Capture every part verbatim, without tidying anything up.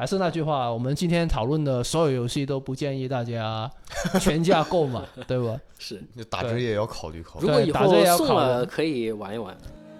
还是那句话，我们今天讨论的所有游戏都不建议大家全价购买，对吧？ 是， 打折也要考虑考虑。 如果以后送了可以玩一玩。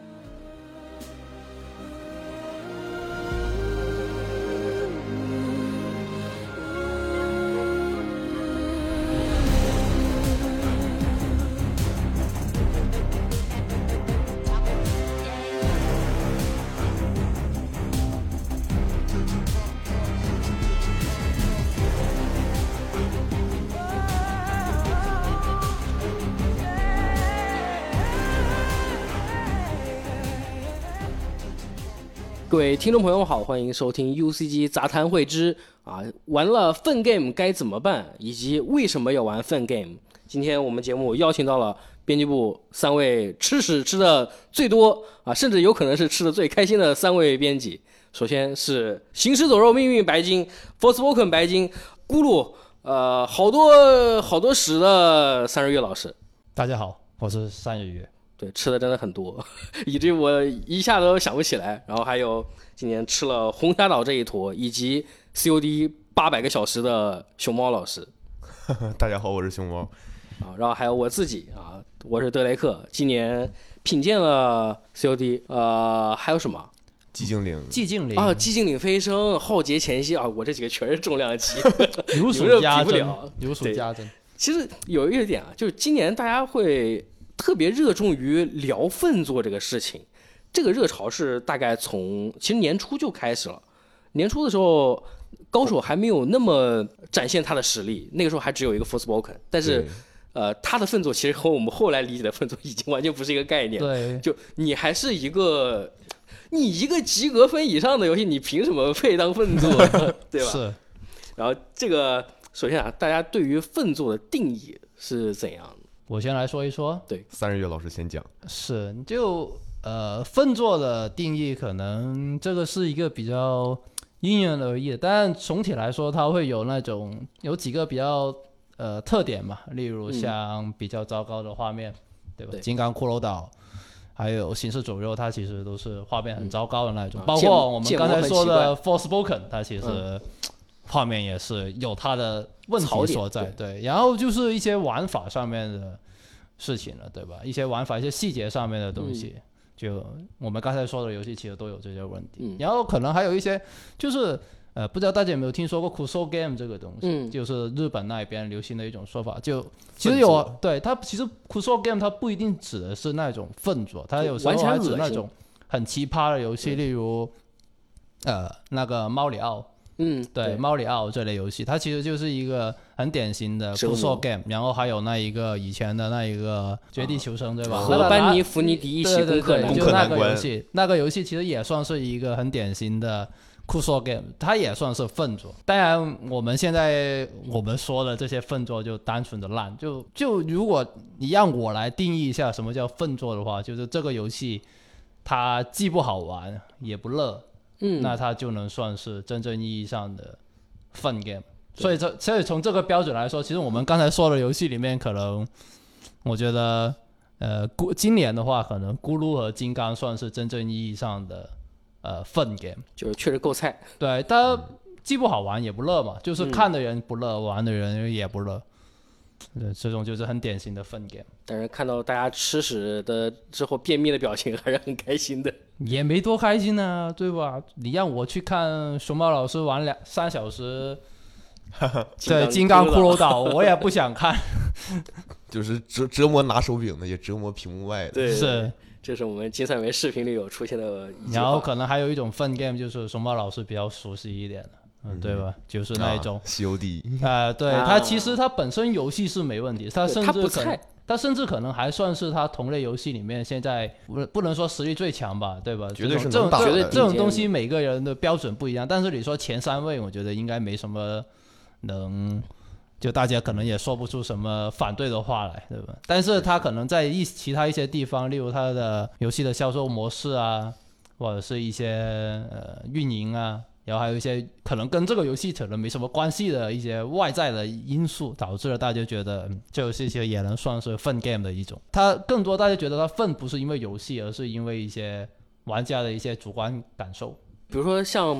各位听众朋友们好，欢迎收听 U C G 杂谈会之啊，玩了Fun Game 该怎么办，以及为什么要玩Fun Game。今天我们节目邀请到了编辑部三位吃屎吃的最多啊，甚至有可能是吃的最开心的三位编辑。首先是行尸走肉命运白金 Forspoken 白金咕噜，呃，好多好多屎的三日月老师。 大家好，我是三日月。 对，吃的真的很多，以至于我一下都想不起来。然后还有今年吃了红霞岛这一坨，以及 C O D 八百个小时的熊猫老师。 大家好，我是熊猫。 啊，然后还有我自己啊，我是德雷克，今年品鉴了 C O D， 呃，还有什么？ 寂静岭， 寂静岭啊，寂静岭飞升，浩劫前夕啊，我这几个全是重量级， 如数家珍， 如数家珍。 其实有一点啊，就是今年大家会特别热衷于聊粪作这个事情，这个热潮是大概从其实年初就开始了。年初的时候，高手还没有那么展现他的实力，那个时候还只有一个 Forspoken， 但是呃，他的粪作其实和我们后来理解的粪作已经完全不是一个概念。 对， 就你还是一个，你一个及格分以上的游戏，你凭什么配当粪作，对吧？ 是。 然后这个首先啊，大家对于粪作的定义是怎样的？ 我先来说一说。 对， 三日月老师先讲。 是，就呃，粪作的定义可能这个是一个比较因人而异的，但总体来说，它会有那种有几个比较呃特点嘛，例如像比较糟糕的画面，嗯、对吧？对，金刚骷髅岛，还有行尸走肉，它其实都是画面很糟糕的那种。嗯、包括我们刚才说的 Forspoken， 它其实、嗯、画面也是有它的问题所在。对，对，然后就是一些玩法上面的事情了，对吧？一些玩法、一些细节上面的东西。嗯，就我们刚才说的游戏其实都有这些问题，嗯、然后可能还有一些就是呃，不知道大家有没有听说过 Kuso Game 这个东西，嗯、就是日本那边流行的一种说法，就其实有对它其实 Kuso Game 它不一定指的是那种粪作，它有时候还指那种很奇葩的游戏，例如呃那个猫里奥。 嗯， 对，对猫里奥这类游戏，它其实就是一个很典型的 Kuso Game， 然后还有那一个以前的那一个绝地求生，对吧？ 和班尼弗尼迪一起攻克难关， 就那个游戏，那个游戏其实也算是一个很典型的 Kuso Game， 它也算是粪作。当然，我们现在我们说的这些粪作就单纯的烂，就就如果你让我来定义一下什么叫粪作的话，就是这个游戏它既不好玩也不乐。嗯，那它就能算是真正意义上的 fun game。所以这所以从这个标准来说，其实我们刚才说的游戏里面，可能我觉得，呃，今年的话，可能咕噜和金刚算是真正意义上的呃 fun game， 就是确实够菜。 对，它既不好玩也不乐嘛，就是看的人不乐，嗯、玩的人也不乐。对，这种就是很典型的 fun game。 但是看到大家吃屎的之后便秘的表情，还是很开心的。 也没多开心啊，对吧？你让我去看熊猫老师玩两三小时，对，金刚骷髅岛，我也不想看。 就是折折磨拿手柄的，也折磨屏幕外的。 对， 是， 这是我们金三维视频里有出现的一。 然后可能还有一种 fun game， 就是熊猫老师比较熟悉一点的。嗯，对吧？就是那一种 C O D 啊，对，它其实它本身游戏是没问题，它甚至可能它甚至可能还算是它同类游戏里面现在不不能说实力最强吧，对吧？ 绝对是能打的。 这种这种东西每个人的标准不一样，但是你说前三位，我觉得应该没什么能，就大家可能也说不出什么反对的话来，对吧？但是它可能在一其他一些地方，例如它的游戏的销售模式啊，或者是一些呃运营啊。然后还有一些可能跟这个游戏可能没什么关系的一些外在的因素，导致了大家觉得、嗯、这游戏其实也能算是 fun game 的一种。它更多大家觉得它 fun 不是因为游戏，而是因为一些玩家的一些主观感受。 比如说像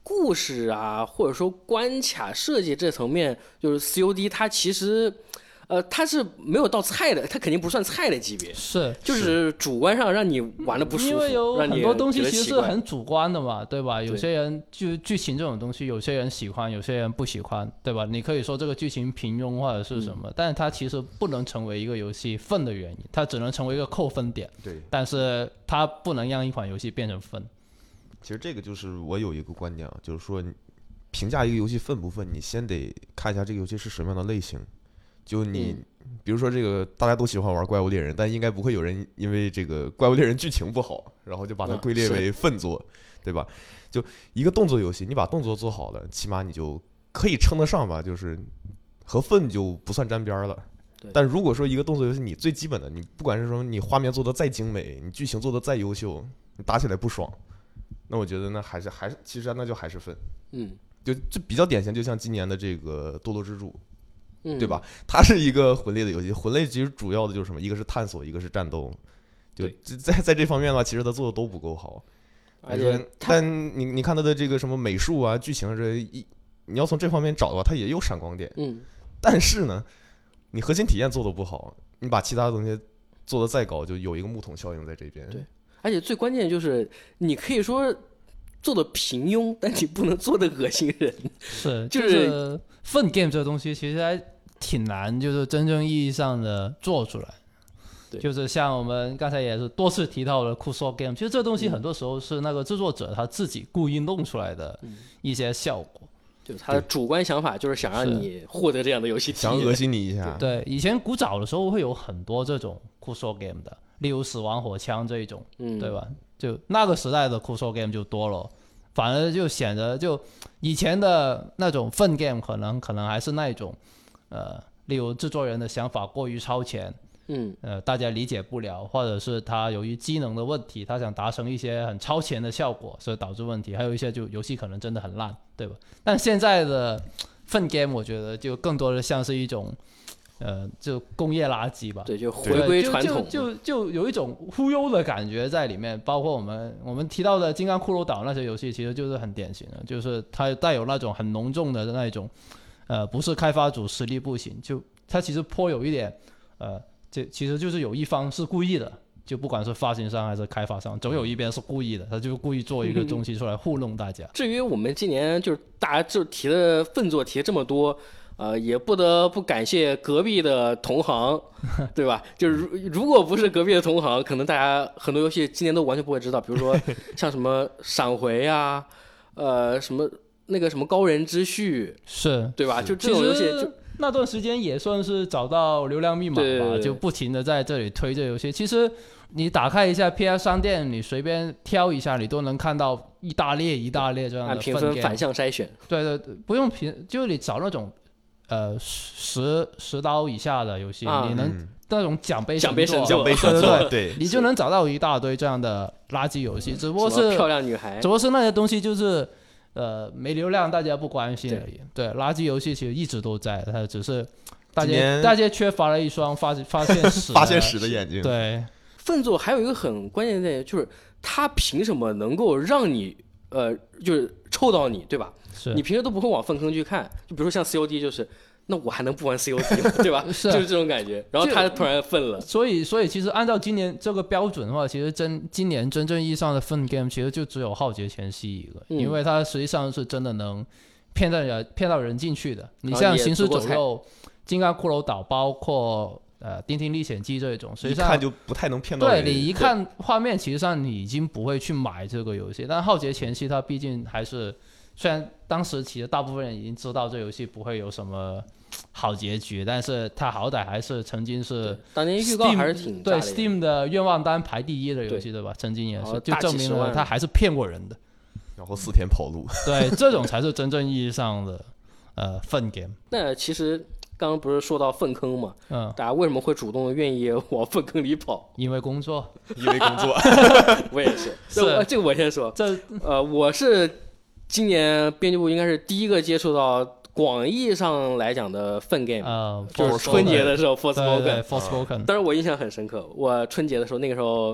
故事啊，或者说关卡设计这层面，就是 C O D 它其实。呃，它是没有到菜的，它肯定不算菜的级别， 是就是主观上让你玩的不舒服， 因为有让你很多东西其实是觉得奇怪很主观的嘛，对吧？有些人就剧情这种东西，有些人喜欢，有些人不喜欢，对吧？你可以说这个剧情平庸或者是什么， 嗯、 但是它其实不能成为一个游戏分的原因，它只能成为一个扣分点。 对， 但是它不能让一款游戏变成分。 其实这个就是我有一个观点啊，就是说评价一个游戏分不分，你先得看一下这个游戏是什么样的类型。就你、嗯，比如说这个大家都喜欢玩怪物猎人，但应该不会有人因为这个怪物猎人剧情不好，然后就把它归列为粪作，嗯、对吧？就一个动作游戏，你把动作做好了，起码你就可以称得上吧，就是和粪就不算沾边了。但如果说一个动作游戏，你最基本的，你不管是说你画面做的再精美，你剧情做的再优秀，你打起来不爽，那我觉得那还是还是其实那就还是粪。 嗯， 就就比较典型，就像今年的这个《堕落之主》。 嗯、 对吧？它是一个魂类的游戏，魂类其实主要的就是什么？一个是探索，一个是战斗。就在在这方面的话，其实它做的都不够好。 而且， 但你你看它的这个什么美术啊、剧情这一，你要从这方面找的话，它也有闪光点。 嗯。 但是呢，你核心体验做的不好，你把其他的东西做的再高，就有一个木桶效应在这边。 对，而且最关键就是，你可以说做的平庸，但你不能做的恶心人。 是， 就是 fun game 这个东西，其实还挺难，就是真正意义上的做出来。就是像我们刚才也是多次提到的酷搜 game， 其实这东西很多时候是那个制作者他自己故意弄出来的一些效果。 嗯、就他的主观想法就是想让你获得这样的游戏体验， 想恶心你一下。 对，以前古早的时候会有很多这种酷搜 game 的，例如死亡火枪这一种， 嗯、 对吧？就那个时代的酷搜 game 就多了。反而就显得就以前的那种fun game 可能可能还是那种呃，例如制作人的想法过于超前， 嗯， 呃，大家理解不了，或者是他由于机能的问题，他想达成一些很超前的效果，所以导致问题。还有一些就游戏可能真的很烂，对吧？但现在的fun game 我觉得就更多的像是一种。呃，就工业垃圾吧， 对，就回归传统， 就就 就, 就有一种忽悠的感觉在里面。包括我们我们提到的《金刚骷髅岛》那些游戏，其实就是很典型的，就是它带有那种很浓重的那种，呃，不是开发组实力不行，就它其实颇有一点，呃，这其实就是有一方是故意的，就不管是发行商还是开发商，总有一边是故意的，他就故意做一个东西出来糊弄大家。 至于我们今年就是大家就提的粪作提这么多。呃，也不得不感谢隔壁的同行，对吧？就是如如果不是隔壁的同行，可能大家很多游戏今年都完全不会知道，比如说像什么闪回啊，呃，什么那个什么高人之序， 是对吧？就这种游戏，就那段时间也算是找到流量密码吧， 对对对， 就不停的在这里推这游戏。其实你打开一下 P S 商店，你随便挑一下，你都能看到一大列一大列这样的按评分反向筛选。 对对对，不用评，就是你找那种。呃，十十刀以下的游戏， 啊、 你能、 嗯、 那种奖杯奖杯神作， 对对对对， 你就能找到一大堆这样的垃圾游戏，只不过是漂亮女孩， 只不过是那些东西就是呃没流量，大家不关心而已。对，对垃圾游戏其实一直都在，它只是大家大家缺乏了一双发发现屎发现屎的眼睛。 对， 粪作还有一个很关键的点就是，它凭什么能够让你呃就是臭到你，对吧？你平时都不会往粪坑去看，就比如说像 C O D 就是。那我还能不玩 C O D 吗？对吧？ 是、啊， 就是这种感觉。然后他突然愤了， 所以，所以其实按照今年这个标准的话，其实真今年真正意义上的 fun game 其实就只有《浩劫前夕》一个、嗯，因为它实际上是真的能骗到人骗到人进去的。你像《行尸走肉》、《金刚骷髅岛》，包括呃《丁丁历险记》这种，实际上一看就不太能骗到人。 对你一看画面，其实上你已经不会去买这个游戏。但《浩劫前夕》它毕竟还是。虽然当时其实大部分人已经知道这游戏不会有什么好结局，但是它好歹还是曾经是当年预告还是挺对 Steam 的愿望单排第一的游戏， 对, 对吧？曾经也是，就证明了它还是骗过人的。 然后四天跑路， 对，这种才是真正意义上的呃 fun game。 那其实刚刚不是说到粪坑嘛？ 嗯， 大家为什么会主动愿意往粪坑里跑？ 因为工作， 因为工作。 我也是，这这个我先说， 这呃，我是。今年编辑部应该是第一个接触到广义上来讲的fun game，、 呃、 就是春节的时候 Forspoken， Forspoken。 当时我印象很深刻，我春节的时候那个时候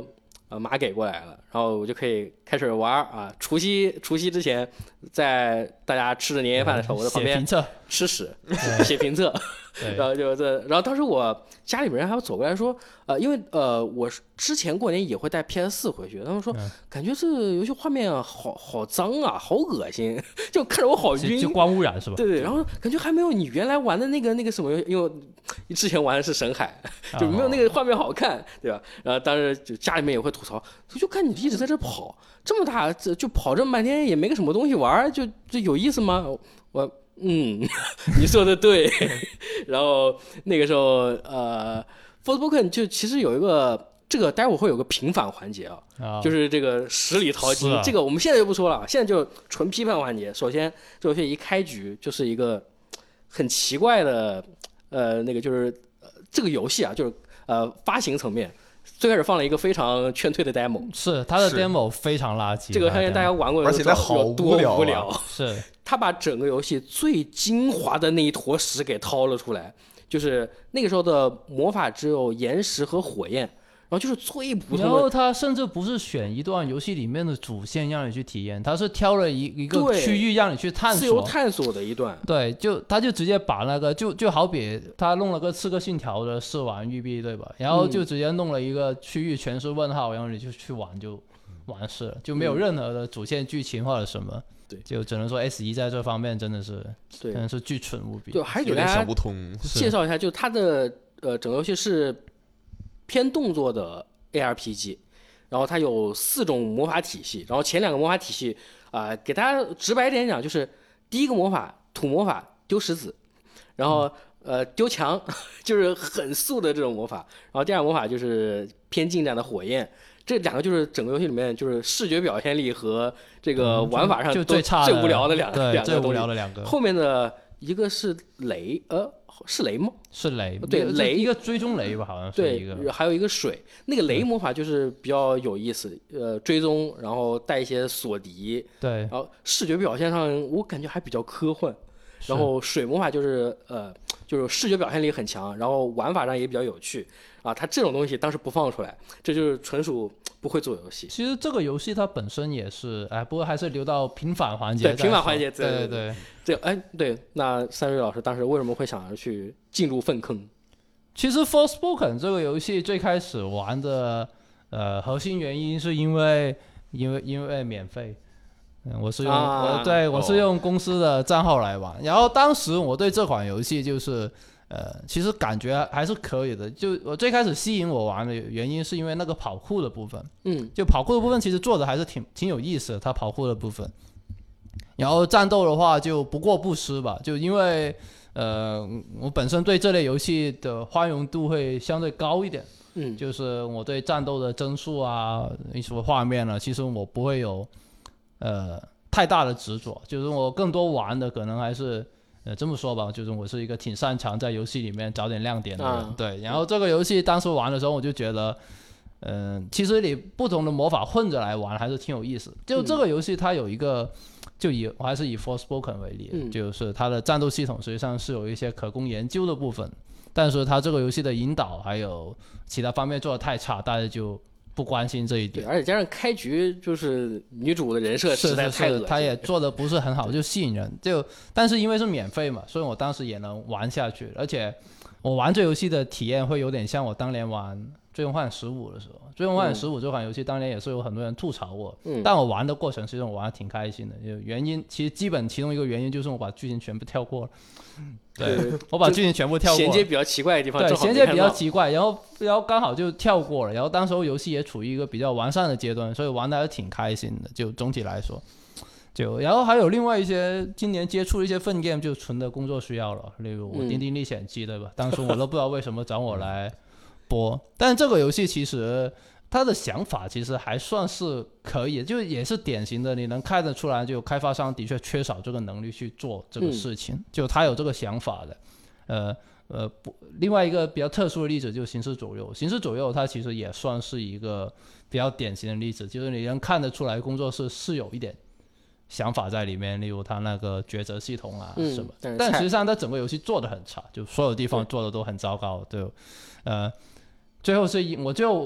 呃码给过来了，然后我就可以开始玩啊。除夕除夕之前，在大家吃着年夜饭的时候，我在旁边吃屎写评测，然后就这，然后当时我家里边人还要走过来说，呃，因为呃我之前过年也会带 P S 四 回去，他们说、嗯、感觉这游戏画面好好脏啊，好恶心，就看着我好晕， 就光污染是吧？ 对对，然后感觉还没有你原来玩的那个那个什么，因为之前玩的是神海，就没有那个画面好看，对吧？然后当时就家里面也会吐槽，就看你一直在这跑，这么大就跑这么半天也没个什么东西玩，就就有意思吗？我嗯，你说的对。然后那个时候呃 ，Forspoken 就其实有一个这个，待会儿会有个平反环节啊，哦、就是这个十里淘金、啊，这个我们现在就不说了，现在就纯批判环节。首先，这游戏一开局就是一个很奇怪的，呃，那个就是、呃、这个游戏啊，就是呃发行层面。最开始放了一个非常劝退的 demo， 是它的 demo 非常垃圾， 这个相信大家玩过， 而且它好无聊、啊，无聊。 是， 他把整个游戏最精华的那一坨屎给掏了出来，就是那个时候的魔法只有岩石和火焰，然后就是最普通的。 然后他甚至不是选一段游戏里面的主线让你去体验，他是挑了一一个区域让你去探索， 自由探索的一段。 对，就他就直接把那个就就好比他弄了个刺客信条的试玩育碧，对吧？然后就直接弄了一个区域全是问号，然后你就去玩就完事了，就没有任何的主线剧情或者什么。对，就只能说 S 一 在这方面真的是，真的是巨蠢无比。 就还有点想不通。 介绍一下，就它的呃整个游戏是偏动作的 A R P G， 然后它有四种魔法体系，然后前两个魔法体系啊、呃，给大家直白一点讲，就是第一个魔法土魔法丢石子，然后、嗯、呃丢墙，就是很素的这种魔法，然后第二个魔法就是偏近战的火焰。这两个就是整个游戏里面就是视觉表现力和这个玩法上就最差最无聊的两个， 两个最无聊的两个。 后面的一个是雷，呃，是雷吗？ 是雷， 对，雷一个追踪雷吧，好像是一个。 对，还有一个水，那个雷魔法就是比较有意思，呃，追踪，然后带一些锁敌， 对， 然后视觉表现上我感觉还比较科幻。然后水魔法就是呃，就是视觉表现力很强，然后玩法上也比较有趣啊。它这种东西当时不放出来，这就是纯属不会做游戏。 其实这个游戏它本身也是，哎，不过还是留到平反环节。 对，平反环节， 对对对。 这哎，对，那三瑞老师当时为什么会想要去进入粪坑？ 其实 Forspoken 这个游戏最开始玩的呃核心原因是因为因为因为免费。嗯，我是用、啊、我对我是用公司的账号来玩、哦，然后当时我对这款游戏就是，呃，其实感觉还是可以的。就我最开始吸引我玩的原因是因为那个跑酷的部分， 嗯， 就跑酷的部分其实做的还是挺挺有意思的，它跑酷的部分。然后战斗的话就不过不失吧，就因为呃我本身对这类游戏的宽容度会相对高一点， 嗯， 就是我对战斗的帧数啊、什么画面啊，其实我不会有。呃，太大的执着，就是我更多玩的可能还是，呃，这么说吧，就是我是一个挺擅长在游戏里面找点亮点的人，啊、对。然后这个游戏当时玩的时候，我就觉得，嗯、呃，其实你不同的魔法混着来玩还是挺有意思。就这个游戏它有一个，就以我还是以 Forspoken 为例、嗯，就是它的战斗系统实际上是有一些可供研究的部分，但是它这个游戏的引导还有其他方面做的太差，大家就。不关心这一点， 而且加上开局就是女主的人设实在太恶心， 她也做的不是很好，就吸引人。就但是因为是免费嘛，所以我当时也能玩下去。而且我玩这游戏的体验会有点像我当年玩《最终幻想十五》的时候，《最终幻想十五》这款游戏当年也是有很多人吐槽过，嗯、但我玩的过程其实我玩的挺开心的。原因其实基本其中一个原因就是我把剧情全部跳过了。对，我把剧情全部跳过， 衔接比较奇怪的地方， 对，衔接比较奇怪，然后然后刚好就跳过了，然后当时候游戏也处于一个比较完善的阶段，所以玩的还是挺开心的。就总体来说，就然后还有另外一些今年接触一些份 game 就纯的工作需要了，例如我《丁丁历险记》对吧？当时我都不知道为什么找我来播，但这个游戏其实。他的想法其实还算是可以，就也是典型的，你能看得出来，就开发商的确缺少这个能力去做这个事情，嗯、就他有这个想法的。呃呃，不，另外一个比较特殊的例子就是《行尸走肉》，《行尸走肉》它其实也算是一个比较典型的例子，就是你能看得出来工作室是有一点想法在里面，例如他那个抉择系统啊什么，嗯、但实际上他整个游戏做得很差，就所有地方做的都很糟糕，对，呃，最后是我就。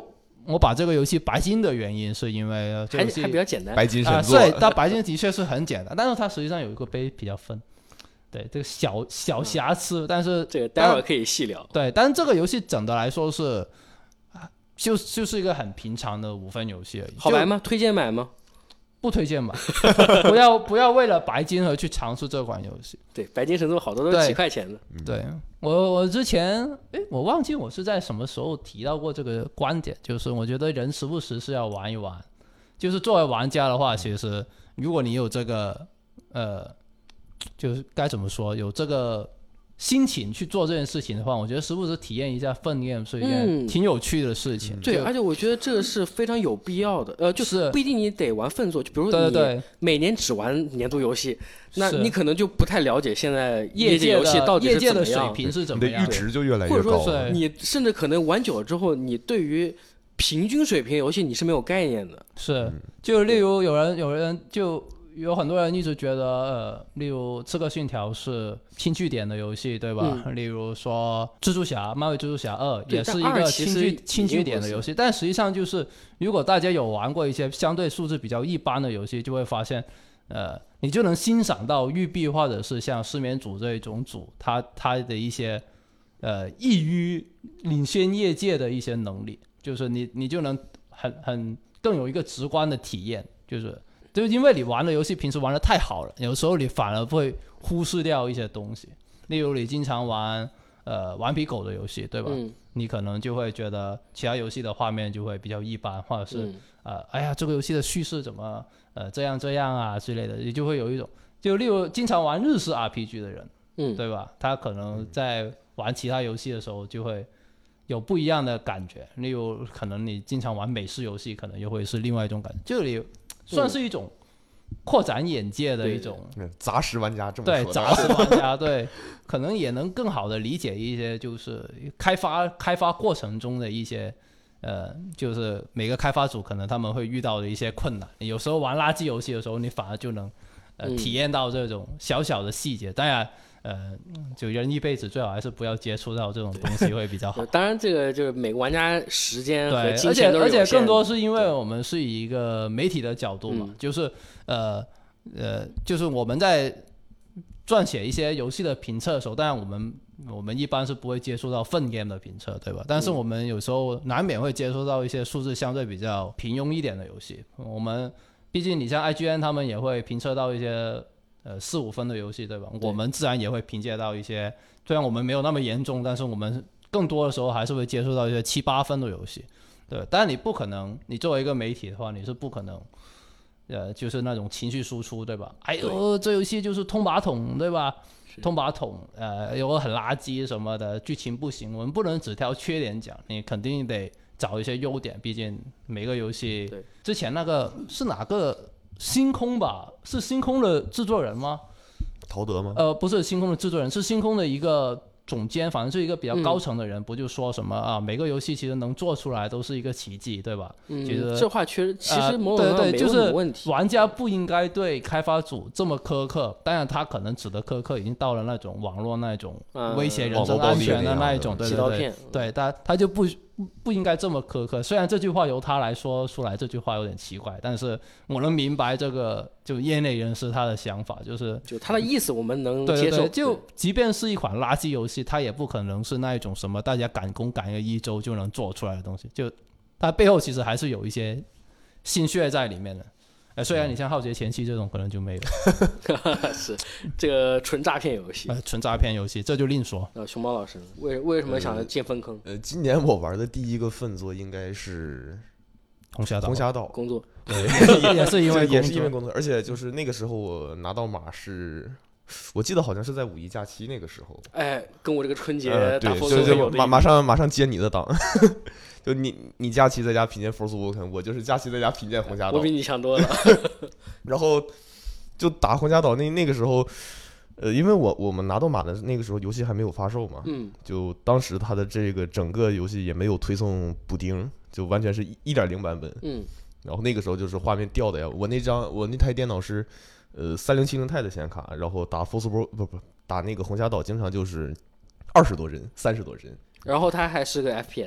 我把这个游戏白金的原因是因为、呃、这还游戏还比较简单。 白金啊， 神作， 对，它白金的确是很简单，但是它实际上有一个杯比较分，对这个小小瑕疵，但是这个待会儿可以细聊。 对，但是这个游戏整的来说是，就就是一个很平常的五分游戏而已。 好玩吗？推荐买吗？ 不推荐吧，不要不要为了白金而去尝试这款游戏。 对，白金神作好多都是几块钱的。 对我我之前哎，我忘记我是在什么时候提到过这个观点，就是我觉得人时不时是要玩一玩，就是作为玩家的话，其实如果你有这个呃，就是该怎么说，有这个心情去做这件事情的话，我觉得时不时体验一下分 game 是一件挺有趣的事情。 嗯、对，而且我觉得这个是非常有必要的。呃，就是不一定你得玩分作，就比如说你每年只玩年度游戏，那你可能就不太了解现在业界游戏到底是怎么样， 业界的水平是怎么样， 你的阈值就越来越高。 或者说你甚至可能玩久了之后，你对于平均水平游戏你是没有概念的。 是，就例如有人有人就。有很多人一直觉得，呃，例如《刺客信条》是轻据点的游戏，对吧？嗯、例如说《蜘蛛侠》，漫威《蜘蛛侠二》也是一个轻据轻据点的游戏，但实际上就是，如果大家有玩过一些相对素质比较一般的游戏，就会发现，呃，你就能欣赏到育碧或者是像失眠组这一种组，它它的一些，呃，异于领先业界的一些能力，就是你你就能很很更有一个直观的体验，就是。就因为你玩的游戏平时玩的太好了，有时候你反而会忽视掉一些东西。例如你经常玩呃顽皮狗的游戏，对吧？嗯、你可能就会觉得其他游戏的画面就会比较一般，或者是、嗯、呃哎呀这个游戏的叙事怎么呃这样这样啊之类的，你就会有一种就例如经常玩日式 R P G 的人，嗯，对吧？他可能在玩其他游戏的时候就会有不一样的感觉。例如可能你经常玩美式游戏，可能又会是另外一种感觉。就你算是一种扩展眼界的一种、 嗯、杂食玩家，这么说对杂食玩家对，可能也能更好的理解一些就是开发开发过程中的一些呃，就是每个开发组可能他们会遇到的一些困难。有时候玩垃圾游戏的时候，你反而就能呃、嗯、体验到这种小小的细节。当然。呃，就人一辈子最好还是不要接触到这种东西会比较好。 当然，这个就是每个玩家时间和金钱都是有限的， 而且而且更多是因为我们是以一个媒体的角度嘛，嗯、就是呃呃，就是我们在撰写一些游戏的评测的时候，当然我们我们一般是不会接触到分 game 的评测，对吧？但是我们有时候难免会接触到一些数字相对比较平庸一点的游戏。我们毕竟你像 I G N 他们也会评测到一些。呃，四五分的游戏，对吧？对，我们自然也会凭借到一些，虽然我们没有那么严重，但是我们更多的时候还是会接触到一些七八分的游戏，对。但你不可能，你作为一个媒体的话，你是不可能，呃，就是那种情绪输出，对吧？哎呦，这游戏就是通马桶，对吧？通马桶，呃，有个很垃圾什么的，剧情不行，我们不能只挑缺点讲，你肯定得找一些优点，毕竟每个游戏， 对， 之前那个是哪个？星空吧，是星空的制作人吗？ 陶德吗？ 呃，不是星空的制作人，是星空的一个总监，反正是一个比较高层的人，嗯、不就说什么啊？每个游戏其实能做出来都是一个奇迹，对吧？ 嗯， 其实这话确实，其实某种程度上没有什么问题。 就是玩家不应该对开发组这么苛刻，当然他可能指的苛刻已经到了那种网络那种威胁人身安全的那一种， 嗯、 对对对，对，对他他就不。不应该这么苛刻，虽然这句话由他来说出来，这句话有点奇怪，但是我能明白这个就业内人士他的想法，就是就他的意思我们能接受。 对对对，就即便是一款垃圾游戏，它也不可能是那一种什么大家赶工赶个一周就能做出来的东西，就它背后其实还是有一些心血在里面的。呃，虽然你像《浩劫前期》这种可能就没有， 是这个纯诈骗游戏， 呃，纯诈骗游戏，这就另说。 呃，熊猫老师为为什么想着进粪坑？ 呃，今年我玩的第一个粪作应该是红霞岛， 红霞岛工作， 对，也是因为也是因为工作，而且就是那个时候我拿到码是。我记得好像是在五一假期那个时候， 哎，跟我这个春节打呃、 对， 就就马马上马上接你的档，就你你假期在家品鉴 Forspoken， 我就是假期在家品鉴红霞岛， 我比你强多了。 然后就打红霞岛那那个时候，呃，因为我我们拿到码的那个时候游戏还没有发售嘛， 嗯， 就当时它的这个整个游戏也没有推送补丁，就完全是一点零版本， 嗯， 然后那个时候就是画面掉的呀，我那张我那台电脑是。呃，三零七零 钛的显卡，然后打 Forspoken 不不打那个红霞岛，经常就是二十多帧、三十多帧， 然后它还是个 F P S。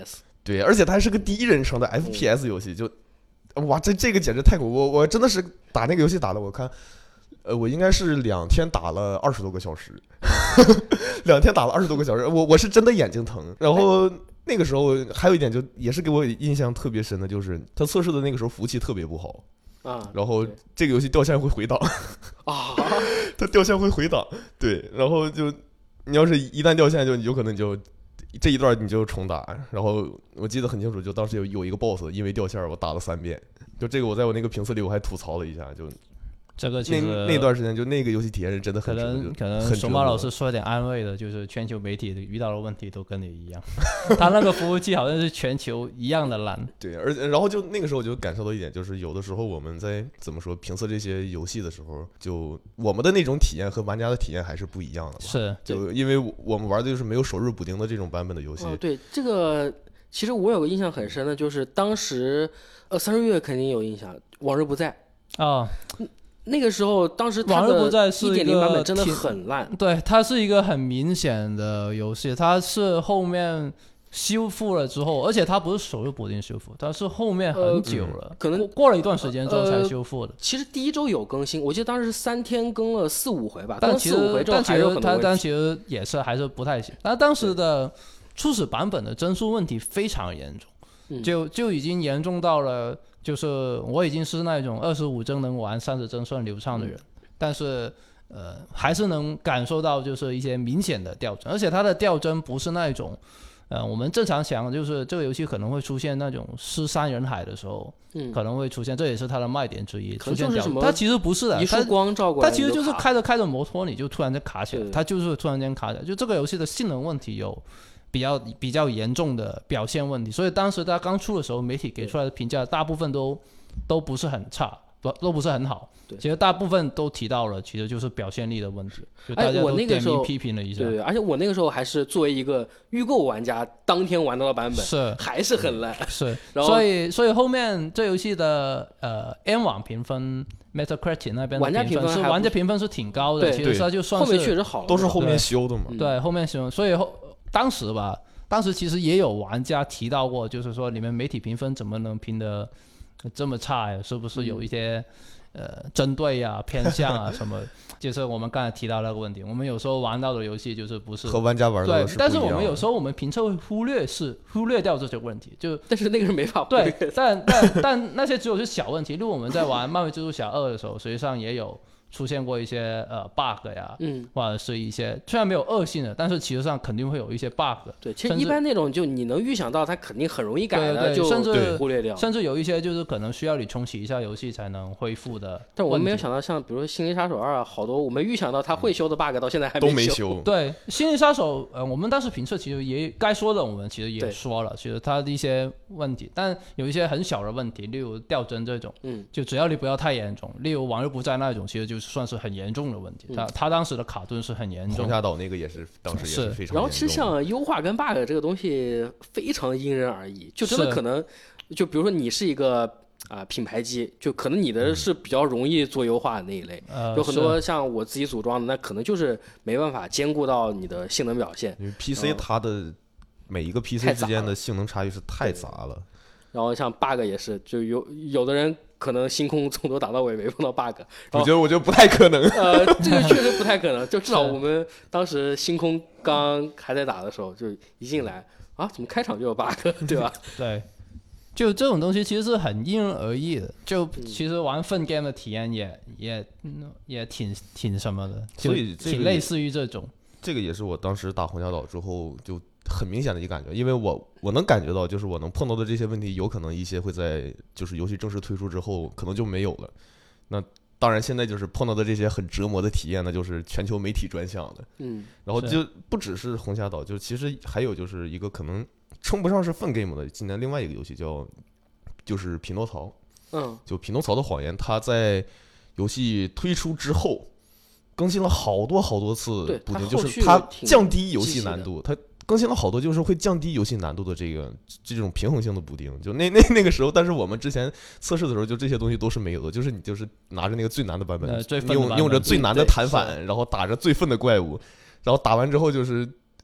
对，而且它还是个第一人称的 F P S 游戏，就哇，这这个简直太恐怖！我我真的是打那个游戏打了，我看，呃，我应该是两天打了二十多个小时，两天打了二十多个小时，我我是真的眼睛疼。然后那个时候还有一点就也是给我印象特别深的，就是它测试的那个时候服务器特别不好。 啊， 然后这个游戏掉线会回档啊， 它掉线会回档，对，然后就你要是一旦掉线，就有可能你就这一段你就重打。然后我记得很清楚，就当时有有一个 boss 因为掉线，我打了三遍，就这个我在我那个评测里我还吐槽了一下，就这个其实那那段时间就那个游戏体验是真的可很能可能很熊猫老师说点安慰的，就是全球媒体遇到的问题都跟你一样，他那个服务器好像是全球一样的烂。 对，而然后就那个时候我就感受到一点，就是有的时候我们在怎么说评测这些游戏的时候，就我们的那种体验和玩家的体验还是不一样的吧。 是， 就因为我们玩的就是没有首日补丁的这种版本的游戏。 哦，对，这个其实我有个印象很深的，就是当时呃三十月肯定有印象，往日不在啊。 那个时候，当时它往日不在的是一点零版本真的挺很烂。 对，它是一个很明显的游戏，它是后面修复了之后，而且它不是首日补丁修复，它是后面很久了， 呃、可能过过了一段时间之后才修复的。 呃、其实第一周有更新，我记得当时是三天更了四五回吧， 但其实但其实它但其实也是还是不太行。但当时的初始版本的帧数问题非常严重， 嗯、 就就已经严重到了。就是我已经是那种二十五帧能玩三十帧算流畅的人，嗯、但是呃还是能感受到就是一些明显的掉帧，而且它的掉帧不是那种呃我们正常想就是这个游戏可能会出现那种尸山人海的时候，嗯、可能会出现，这也是它的卖点之一，出现掉帧。它其实不是的， 一束光照过来，它其实就是开着开着摩托你就突然间卡起来，它就是突然间卡起来，就这个游戏的性能问题有。比较比较严重的表现问题，所以当时它刚出的时候，媒体给出来的评价大部分都都不是很差，不都不是很好。其实大部分都提到了，其实就是表现力的问题，就大家都点名批评了一下。 对对，而且我那个时候还是作为一个预购玩家，当天玩到的版本是还是很烂。 是，所以所以后面这游戏的呃 M 网评分。Metacritic 那边的评分是玩家评分是挺高的，其实它就算是后面确实好了， 都是后面修的嘛。 对，后面修，所以后当时吧，当时其实也有玩家提到过，就是说你们媒体评分怎么能评得这么差呀？是不是有一些、嗯、呃针对啊、偏向啊什么？就是我们刚才提到那个问题，我们有时候玩到的游戏就是不是和玩家玩到的是不一样的， 对，但是我们有时候我们评测会忽略是忽略掉这些问题，就但是那个是没法忽略对，但但但那些只有是小问题。例如我们在玩《漫威蜘蛛侠二》的时候，实际上也有出现过一些呃 bug 呀， 嗯， 或者是一些虽然没有恶性的，但是其实上肯定会有一些 bug。 对，其实一般那种就你能预想到它肯定很容易改的， 对对对就甚至忽略掉。 甚至有一些就是可能需要你重启一下游戏才能恢复的。 但我没有想到，像比如说《心灵杀手二》，好多我们预想到它会修的 bug 到现在还都没修。 修对，《心灵杀手》呃，我们当时评测其实也该说的，我们其实也说了，其实它的一些问题，但有一些很小的问题，例如掉帧这种， 嗯， 就只要你不要太严重，例如往日不在那种，其实就算是很严重的问题。他他当时的卡顿是很严重的， 红霞岛那个也是当时也是非常严重的。 然后其实像优化跟 bug 这个东西非常因人而异，就真的可能，就比如说你是一个啊、呃、品牌机，就可能你的是比较容易做优化的那一类， 嗯、 有很多像我自己组装的，那可能就是没办法兼顾到你的性能表现。 因为 P C 它的每一个 P C 之间的性能差异是太杂了。 然后像 bug 也是，就有有的人可能星空从头打到尾没碰到 bug， 我觉得我觉得不太可能。 呃，这个确实不太可能，就至少我们当时星空刚还在打的时候，就一进来啊，怎么开场就有 bug， 对吧？ 对，就这种东西其实是很因人而异的。就其实玩 Fun Game 的体验也也、嗯、也挺挺什么的， 所以挺类似于这种。 这个也是我当时打红霞岛之后就很明显的一个感觉，因为我我能感觉到，就是我能碰到的这些问题，有可能一些会在就是游戏正式推出之后可能就没有了。那当然现在就是碰到的这些很折磨的体验呢，就是全球媒体专项的， 嗯， 然后就不只是红霞岛，就其实还有就是一个可能称不上是 Fun Game 的，今年另外一个游戏叫就是匹诺曹， 嗯， 就匹诺曹的谎言，它在游戏推出之后更新了好多好多次补丁，就是它降低游戏难度，它更新了好多就是会降低游戏难度的这个这种平衡性的补丁。就那那那个时候，但是我们之前测试的时候，就这些东西都是没有的，就是你就是拿着那个最难的版本， 呃、 用用着最难的弹反，然后打着最愤的怪物，然后打完之后就是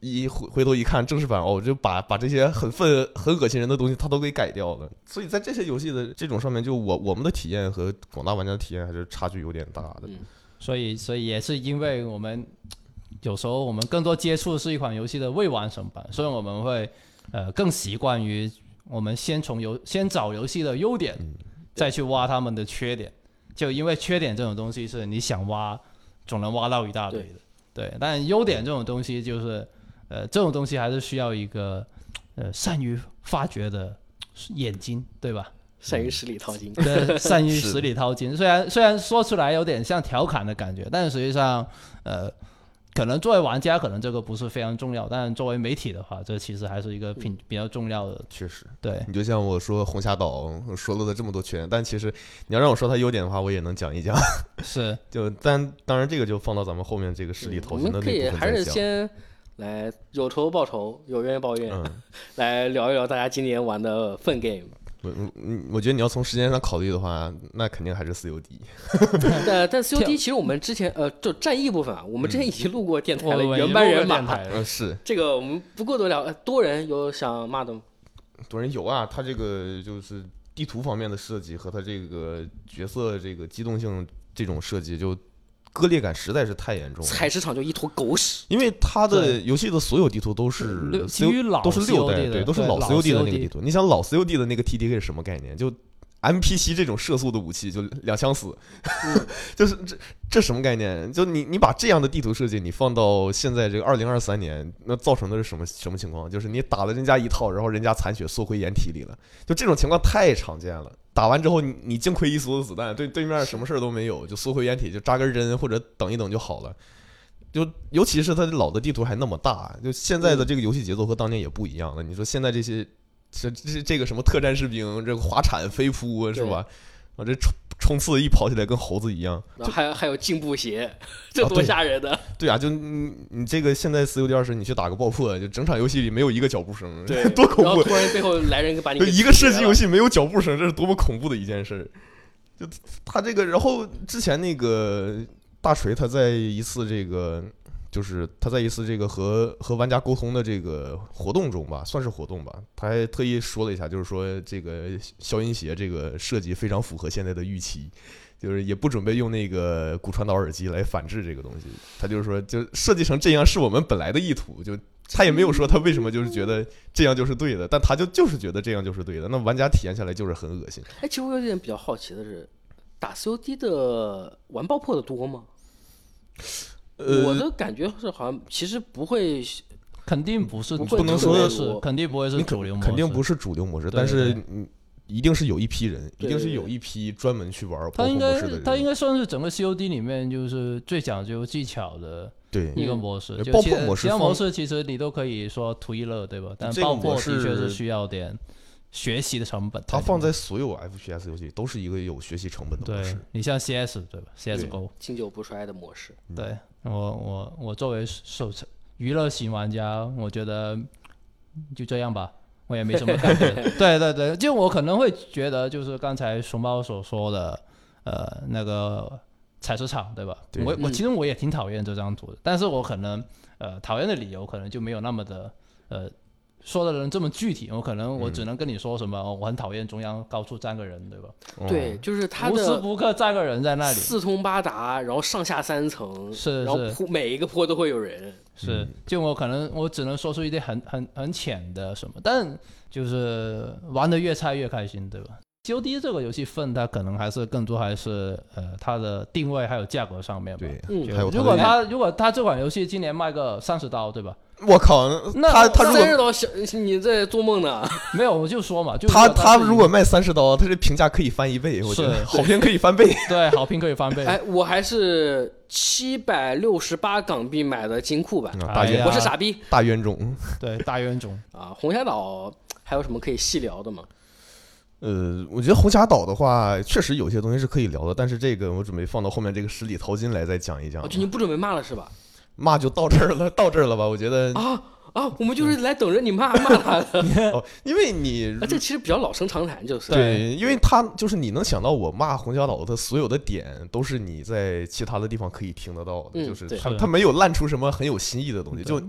一回回头一看正式版哦，就把把这些很愤很恶心人的东西他都给改掉了。所以在这些游戏的这种上面，就我我们的体验和广大玩家的体验还是差距有点大的。 嗯、 所以所以也是因为我们有时候我们更多接触是一款游戏的未完成版，所以我们会呃更习惯于我们先从游先找游戏的优点， 嗯、 再去挖他们的缺点。就因为缺点这种东西是你想挖总能挖到一大堆的，对。对，但优点这种东西就是，呃，这种东西还是需要一个呃善于发掘的眼睛，对吧？ 善于十里淘金， 对，善于十里淘金。虽然虽然说出来有点像调侃的感觉，但实际上，呃。可能作为玩家，可能这个不是非常重要，但作为媒体的话，这其实还是一个比比较重要的。 确实， 对， 你就像我说红霞岛说了的这么多缺点，但其实你要让我说它优点的话，我也能讲一讲。 是， 就但当然这个就放到咱们后面这个实力淘金的那部分再讲。 我们可以还是先来有仇报仇，有怨报怨， 嗯、 来聊一聊大家今年玩的粪 game。 我嗯，我觉得你要从时间上考虑的话，那肯定还是 C O D。 但但 C O D 其实我们之前呃，就战役部分啊，我们之前已经录过电台了，原班人马。 嗯，是这个我们不过多聊。多人有想骂的吗？ 多人有啊，他这个就是地图方面的设计和他这个角色这个机动性这种设计就。割裂感实在是太严重了， 菜市场就一坨狗屎。 因为它的游戏的所有地图都是基于老都是六代， 对， 都是老 C O D 的那个地图。你想老 C O D 的那个 T D K 是什么概念？就 M P C 这种射速的武器，就两枪死， 嗯、 就是这这什么概念？就你你把这样的地图设计，你放到现在这个二零二三年，那造成的是什么什么情况？就是你打了人家一套，然后人家残血缩回掩体里了，就这种情况太常见了。打完之后你，你净亏一梭子子弹，对对面什么事都没有，就缩回掩体，就扎根针或者等一等就好了。就尤其是它老的地图还那么大，就现在的这个游戏节奏和当年也不一样了。你说现在这些这这这个什么特战士兵，这个滑铲飞扑是吧？啊，这冲冲刺一跑起来跟猴子一样。 然后还有还有进步鞋，这多吓人的！ 啊、对, 对啊，就你你这个现在 C O D 二十，你去打个爆破，就整场游戏里没有一个脚步声， 对， 多恐怖！ 然后突然背后来人把你一个射击游戏没有脚步声，这是多么恐怖的一件事！就他这个，然后之前那个大锤他在一次这个。就是他在一次这个和和玩家沟通的这个活动中吧，算是活动吧，他还特意说了一下，就是说这个消音鞋这个设计非常符合现在的预期，就是也不准备用那个骨传导耳机来反制这个东西。他就是说，就设计成这样是我们本来的意图，就他也没有说他为什么就是觉得这样就是对的，但他就就是觉得这样就是对的。那玩家体验下来就是很恶心。 哎，其实我有点比较好奇的是，打 C O D 的玩爆破的多吗？我的感觉是好像其实不会， 肯定不是， 不能说是，肯定不会是主流模式， 肯定不是主流模式，但是一定是有一批人，一定是有一批专门去玩爆破模式的人。 它应该算是整个 C O D 里面就是最讲究技巧的一个模式。 爆破模式， 其他模式其实你都可以说图一乐，对吧？但爆破的确是需要点学习的成本。 它放在所有 F P S 游戏都是一个有学习成本的模式。 对，你像 C S 对吧 ？C S G O 经久不衰的模式。 对。我我我作为手娱乐型玩家，我觉得就这样吧，我也没什么感觉。对对对，就我可能会觉得，就是刚才熊猫所说的，呃，那个采石场，对吧？ 对我我其实我也挺讨厌这张图的，但是我可能呃讨厌的理由可能就没有那么的呃说的人这么具体，我可能我只能跟你说什么，嗯哦、我很讨厌中央高处站个人，对吧？ 对，就是他的无时不刻站个人在那里， 四通八达，然后上下三层， 是， 然后坡每一个坡都会有人， 是，就我可能我只能说出一点很很很浅的什么，但就是玩得越菜越开心，对吧？C O D 这个游戏份，它可能还是更多还是呃它的定位还有价格上面吧。 对， 嗯， 还有如果它如果它这款游戏今年卖个三十刀，对吧？ 我靠，他他如果三十刀，你在做梦呢？ 没有，我就说嘛，就他他如果卖三十刀，他这评价可以翻一倍，我觉得好评可以翻倍。 对，好评可以翻倍。 哎，我还是七百六十八港币买的金库版， 大冤， 我是傻逼， 大冤种。 对，大冤种啊！红霞岛还有什么可以细聊的吗？ 呃，我觉得红霞岛的话，确实有些东西是可以聊的，但是这个我准备放到后面这个十里淘金来再讲一讲。 哦，就你不准备骂了是吧？ 骂就到这儿了，到这儿了吧？我觉得啊啊，我们就是来等着你骂骂他的。 哦，因为你、 啊、这其实比较老生常谈，就是对，因为他就是你能想到我骂红霞岛的所有的点，都是你在其他的地方可以听得到的， 嗯、 就是他他没有烂出什么很有新意的东西，就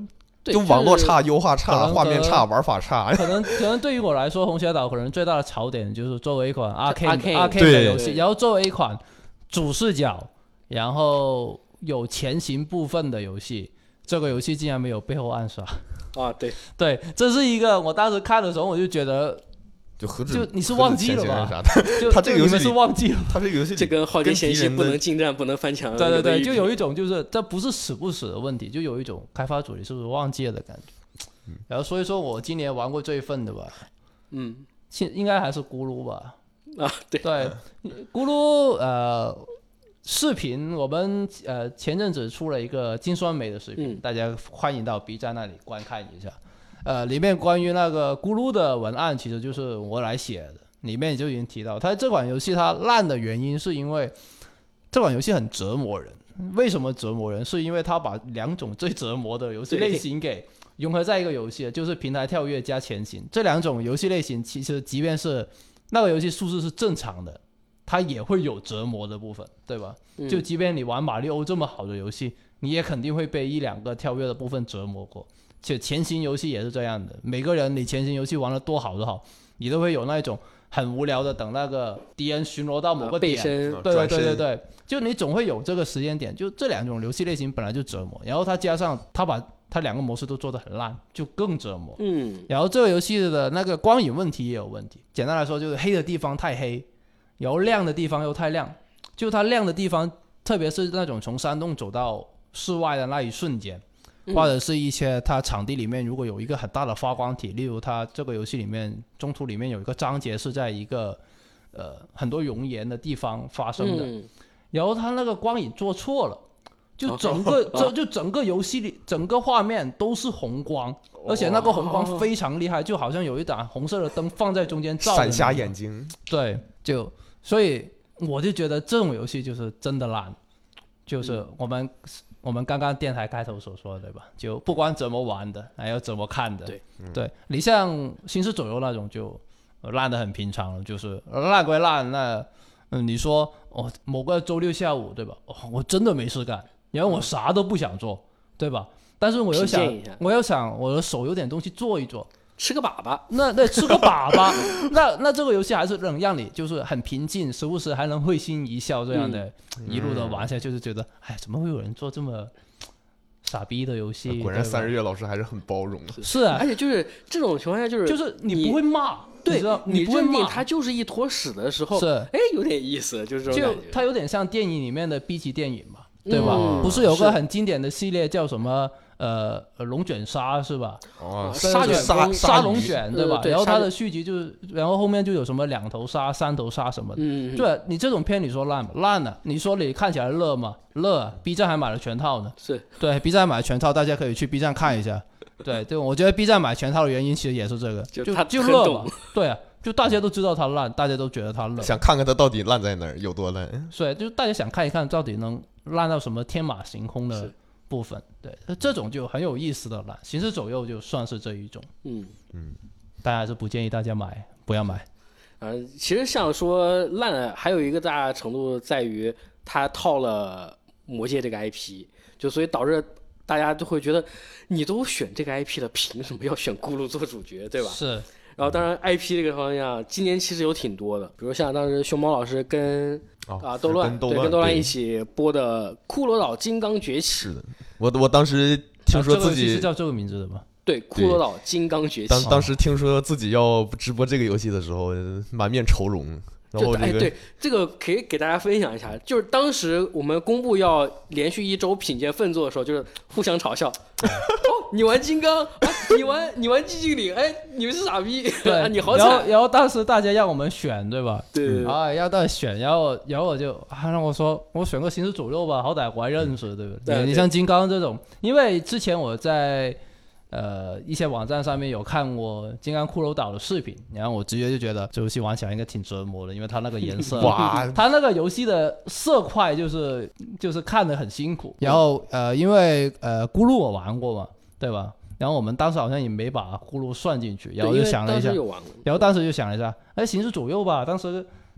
对就网络差、 就是优化差、 可能画面差、玩法差。 可能可能对于我来说，红血岛可能最大的槽点就是作为一款 arcade arcade arcade 的对游戏，然后作为一款主视角，然后有前行部分的游戏，这个游戏竟然没有背后暗杀。 啊，对对，这是一个我当时看的时候我就觉得， 就何止就你是忘记了吧？ 啥的， 就他这个游戏里就你们是忘记了。 他这个游戏里这跟浩劫前夕不跟敌人的能近战不能翻墙， 对对对， 一就有一种就是这不是死不死的问题，就有一种开发组你是不是忘记了的感觉。然后所以说我今年玩过最愤的吧， 嗯现应该还是咕噜吧。 啊对对，咕噜呃视频我们呃前阵子出了一个金酸梅的视频， 嗯大家欢迎到 B 站那里观看一下。呃，里面关于那个咕噜的文案其实就是我来写的，里面就已经提到，它这款游戏它烂的原因是因为这款游戏很折磨人。为什么折磨人？是因为它把两种最折磨的游戏类型给融合在一个游戏，就是平台跳跃加前行这两种游戏类型。其实即便是那个游戏数字是正常的，它也会有折磨的部分，对吧？ 嗯就即便你玩马里奥这么好的游戏，你也肯定会被一两个跳跃的部分折磨过。且前行游戏也是这样的，每个人你前行游戏玩的多好多好，你都会有那种很无聊的等那个敌人巡逻到某个点， 背身对对转身对对对，就你总会有这个时间点，就这两种游戏类型本来就折磨，然后它加上它把它两个模式都做得很烂，就更折磨。 嗯然后这个游戏的那个光影问题也有问题，简单来说就是黑的地方太黑，然后亮的地方又太亮，就它亮的地方，特别是那种从山洞走到室外的那一瞬间。或者是一些它场地里面如果有一个很大的发光体，例如它这个游戏里面中途里面有一个章节是在一个呃很多熔岩的地方发生的， 嗯然后它那个光影做错了，就整个这就整个游戏里整个画面都是红光，而且那个红光非常厉害，就好像有一盏红色的灯放在中间照着你， 闪瞎眼睛。 对，就所以我就觉得这种游戏就是真的烂，就是我们、嗯、我们刚刚电台开头所说的，对吧？就不管怎么玩的，还要怎么看的。 对， 对你像行尸走肉那种就烂得很平常了，就是烂归烂，那嗯，你说哦，某个周六下午，对吧？哦，我真的没事干，然后我啥都不想做，对吧？但是我又想，我又想我的手有点东西做一做。 吃个粑粑， 那那吃个粑粑，那那这个游戏还是能让你就是很平静，时不时还能会心一笑这样的， 嗯、 一路的玩下去，就是觉得，哎，怎么会有人做这么傻逼的游戏？ 果然三十月老师还是很包容的。 是啊， 而且就是这种情况下，就是就是你不会骂， 对， 你, 你不会骂它就是一坨屎的时候， 是， 哎，有点意思，就是这种就它有点像电影里面的 B 级电影嘛，对吧？ 嗯、 不是有个很经典的系列叫什么？呃，龙卷沙是吧？ 哦， 沙卷沙沙龙卷对吧？ 对然后它的续集就是，然后后面就有什么两头鲨、三头鲨什么的。 嗯， 对你这种片，你说烂吗？烂了。你说你看起来热吗？热啊。B 站还买了全套呢。 是对 B 站买了全套，大家可以去 B 站看一下。对对，我觉得 B 站买全套的原因其实也是这个，就就就热嘛。对啊，就大家都知道它烂，大家都觉得它热， 想看看它到底烂在哪儿，有多烂。 所以就大家想看一看到底能烂到什么天马行空的部分，对，这种就很有意思的了。行尸走肉就算是这一种， 嗯嗯， 当然还是不建议大家买，不要买。 啊，其实像说烂了，还有一个大程度在于它套了魔戒这个 I P， 就所以导致大家都会觉得，你都选这个 I P 了，凭什么要选咕噜做主角，对吧？ 是。 然后当然 I P 这个方向，今年其实有挺多的，比如像当时熊猫老师跟。 哦、 啊，斗乱对， 跟斗乱一起播的《骷髅岛金刚崛起》。 是的，我我当时听说自己、 啊、这个是叫这个名字的吗？ 对，《骷髅岛金刚崛起》。 当当时听说自己要直播这个游戏的时候，满面愁容。然后这个、 哎，对，这个可以给大家分享一下，就是当时我们公布要连续一周品鉴奋作的时候，就是互相嘲笑。哦，你玩金刚，啊、你玩你玩寂静岭，哎，你们是傻逼， 对， 啊、你好惨。然后然后后当时大家让我们选，对吧？ 对对对。 啊，要大家选，然后然后我就啊让我说，我选个行尸走肉吧，好歹我还认识，对不对？ 对， 你像金刚这种，因为之前我在。呃，一些网站上面有看过《金刚骷髅岛》的视频，然后我直接就觉得这游戏玩起来应该挺折磨的，因为它那个颜色， 哇， 它那个游戏的色块就是就是看得很辛苦。然后呃，因为呃咕噜我玩过嘛，对吧？然后我们当时好像也没把咕噜算进去，然后就想了一下，然后当时就想了一下，哎，行尸走肉吧，当时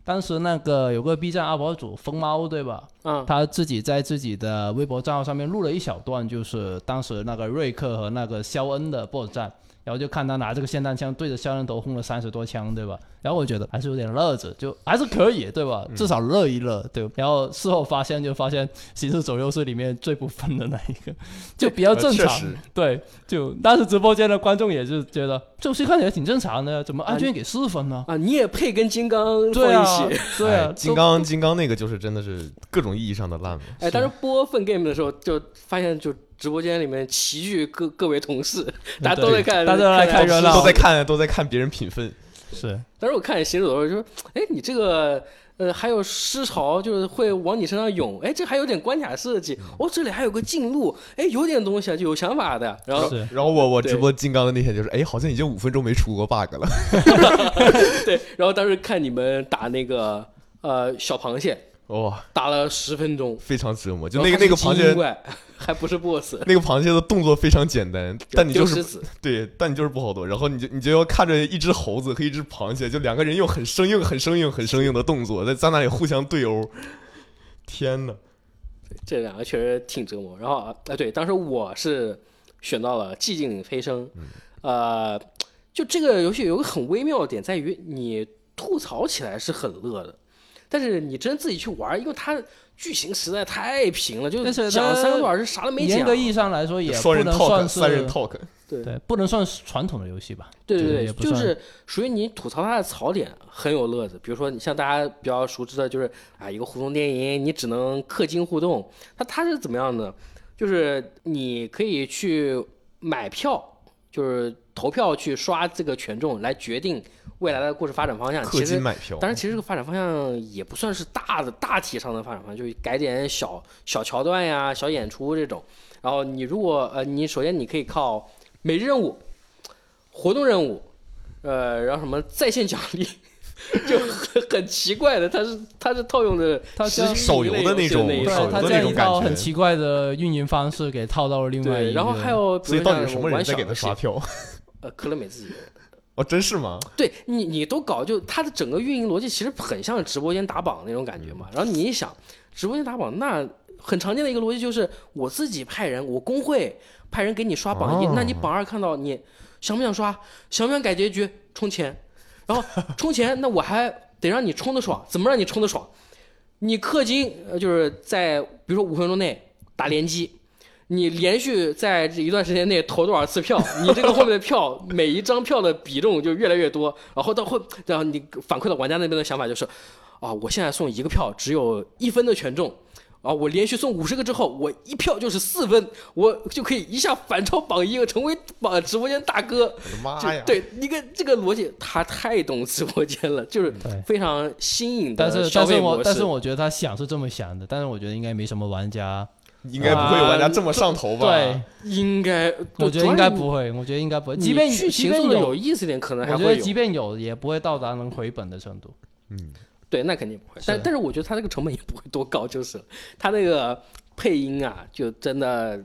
当时那个有个 B 站 U P 主疯猫对吧？ 嗯， 他自己在自己的微博账号上面录了一小段，就是当时那个瑞克和那个肖恩的 boss 战，然后就看他拿这个霰弹枪对着肖恩头轰了三十多枪，对吧？然后我觉得还是有点乐子，就还是可以，对吧？至少乐一乐，对。然后事后发现，就发现行尸走肉是里面最不分的那一个，就比较正常。对，就当时直播间的观众也是觉得这游戏看起来挺正常的，怎么安全给四分呢？ 啊，你也配跟金刚放一起？ 对啊，对啊， 哎、金刚金刚那个就是真的是各种意义上的烂了。 哎，当时播Fun Game的时候，就发现就直播间里面齐聚各各位同事，大家都在看， 大家都在看热闹， 都在看都在看别人品分。 是， 当时我看行尸走肉就说，哎，你这个呃还有尸潮，就是会往你身上涌，哎，这还有点关卡设计，哦，这里还有个近路，哎，有点东西啊，就有想法的。然后， 然后我我直播金刚的那天就是，哎，好像已经五分钟没出过 bug 了。 对，然后当时看你们打那个呃小螃蟹。 哇、哦， 打了十分钟， 非常折磨。就那个那个螃蟹， 还不是 boss。 那个螃蟹的动作非常简单，但你就是子对，但你就是不好躲。然后你就你就要看着一只猴子和一只螃蟹，就两个人用很生硬、很生硬、很生硬的动作在在那里互相对殴。天哪， 这两个确实挺折磨。然后啊，对，当时我是选到了寂静岭飞升。 嗯、 呃，就这个游戏有个很微妙的点在于，你吐槽起来是很乐的。但是你真自己去玩，因为它剧情实在太平了，就讲了三个多小时啥都没讲。 严格意义上来说，也不能算是三人 talk， 对对，不能算是传统的游戏吧？ 对对对，就是属于你吐槽它的槽点很有乐子。比如说，你像大家比较熟知的，就是啊一个互动电影，你只能氪金互动。它它是怎么样呢？就是你可以去买票，就是投票去刷这个权重来决定未来的故事发展方向。 氪金买票， 当然其实这个发展方向也不算是大的大体上的发展方向，就是改点小小桥段呀、小演出这种。然后你如果呃，你首先你可以靠每日任务、活动任务，呃，然后什么在线奖励，就很很奇怪的，它是它是套用的它手游的那种， 对，它这样一套很奇怪的运营方式给套到了另外一个。 然后还有， 所以到底什么人在给他刷票？ 呃，科乐美自己人。 哦，真是吗？ 对你，你都搞就它的整个运营逻辑其实很像直播間打榜那种感觉嘛。然后你一想，直播间打榜那很常见的一个逻辑就是我自己派人，我工会派人给你刷榜一，哦、那你榜二看到你想不想刷，想不想改结局，充钱，然后充钱，那我还得让你充的爽，怎么让你充的爽？你氪金，呃，就是在比如说五分钟内打连击。你连续在这一段时间内投多少次票，你这个后面的票每一张票的比重就越来越多，然后到后，然后你反馈到玩家那边的想法就是，啊，我现在送一个票只有一分的权重，啊，我连续送五十个之后，我一票就是四分，我就可以一下反超榜一，成为榜直播间大哥。 我的妈呀！ 对，你看这个逻辑，他太懂直播间了，就是非常新颖的消费模式。 但是但是我但是我觉得他想是这么想的，但是我觉得应该没什么玩家。 应该不会有玩家这么上头吧？ 对， 应该， 我觉得应该不会，我觉得应该不会。即便剧情做的有意思点，可能还会有。 我觉得即便有，也不会到达能回本的程度。 嗯， 对，那肯定不会。但但是我觉得他这个成本也不会多高，就是他那个配音啊，就真的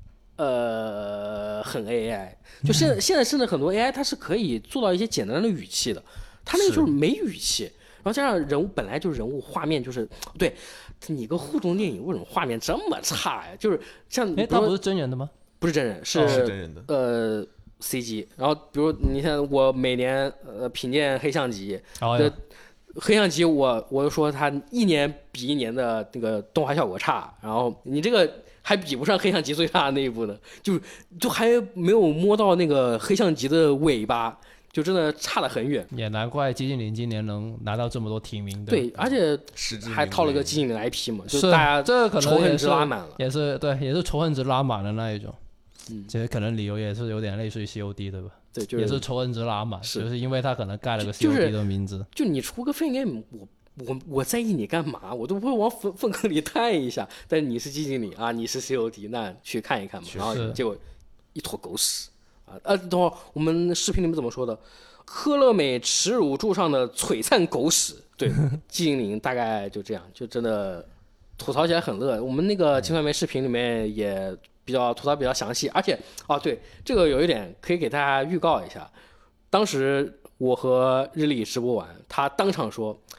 呃很 A I。就现在现在甚至很多 A I 它是可以做到一些简单的语气的，他那个就是没语气。然后加上人物本来就是人物画面就是对，你个互动电影为什么画面这么差呀？就是像哎，他不是真人的吗？ 不是真人，是、 哦、是真人的。 呃 ，C G。然后比如你看我每年呃品鉴黑象级， 哦、 黑象级我我就说他一年比一年的那个动画效果差，然后你这个还比不上黑象级最大的那一部呢，就就还没有摸到那个黑象级的尾巴。就真的差得很远， 也难怪寂静岭今年能拿到这么多提名的。 对，而且还套了个寂静岭 I P 嘛，就大家这个可能仇恨值拉满了， 也是对，也是仇恨值拉满了那一种。 嗯， 其实可能理由也是有点类似于 C O D 对吧？ 对，就是也是仇恨值拉满， 是就是因为他可能盖了个 C O D 的名字。 就, 就你出个 Fun Game， 我我我在意你干嘛？我都不会往粪粪坑里探一下。但是你是寂静岭啊，你是 C O D， 那去看一看嘛。然后结果一坨狗屎啊！呃，等会儿我们视频里面怎么说的？科乐美耻辱柱上的璀璨狗屎，对，寂静岭大概就这样，就真的吐槽起来很乐。我们那个青传媒视频里面也比较吐槽比较详细，而且哦对，这个有一点可以给大家预告一下，当时我和日历直播完，他当场说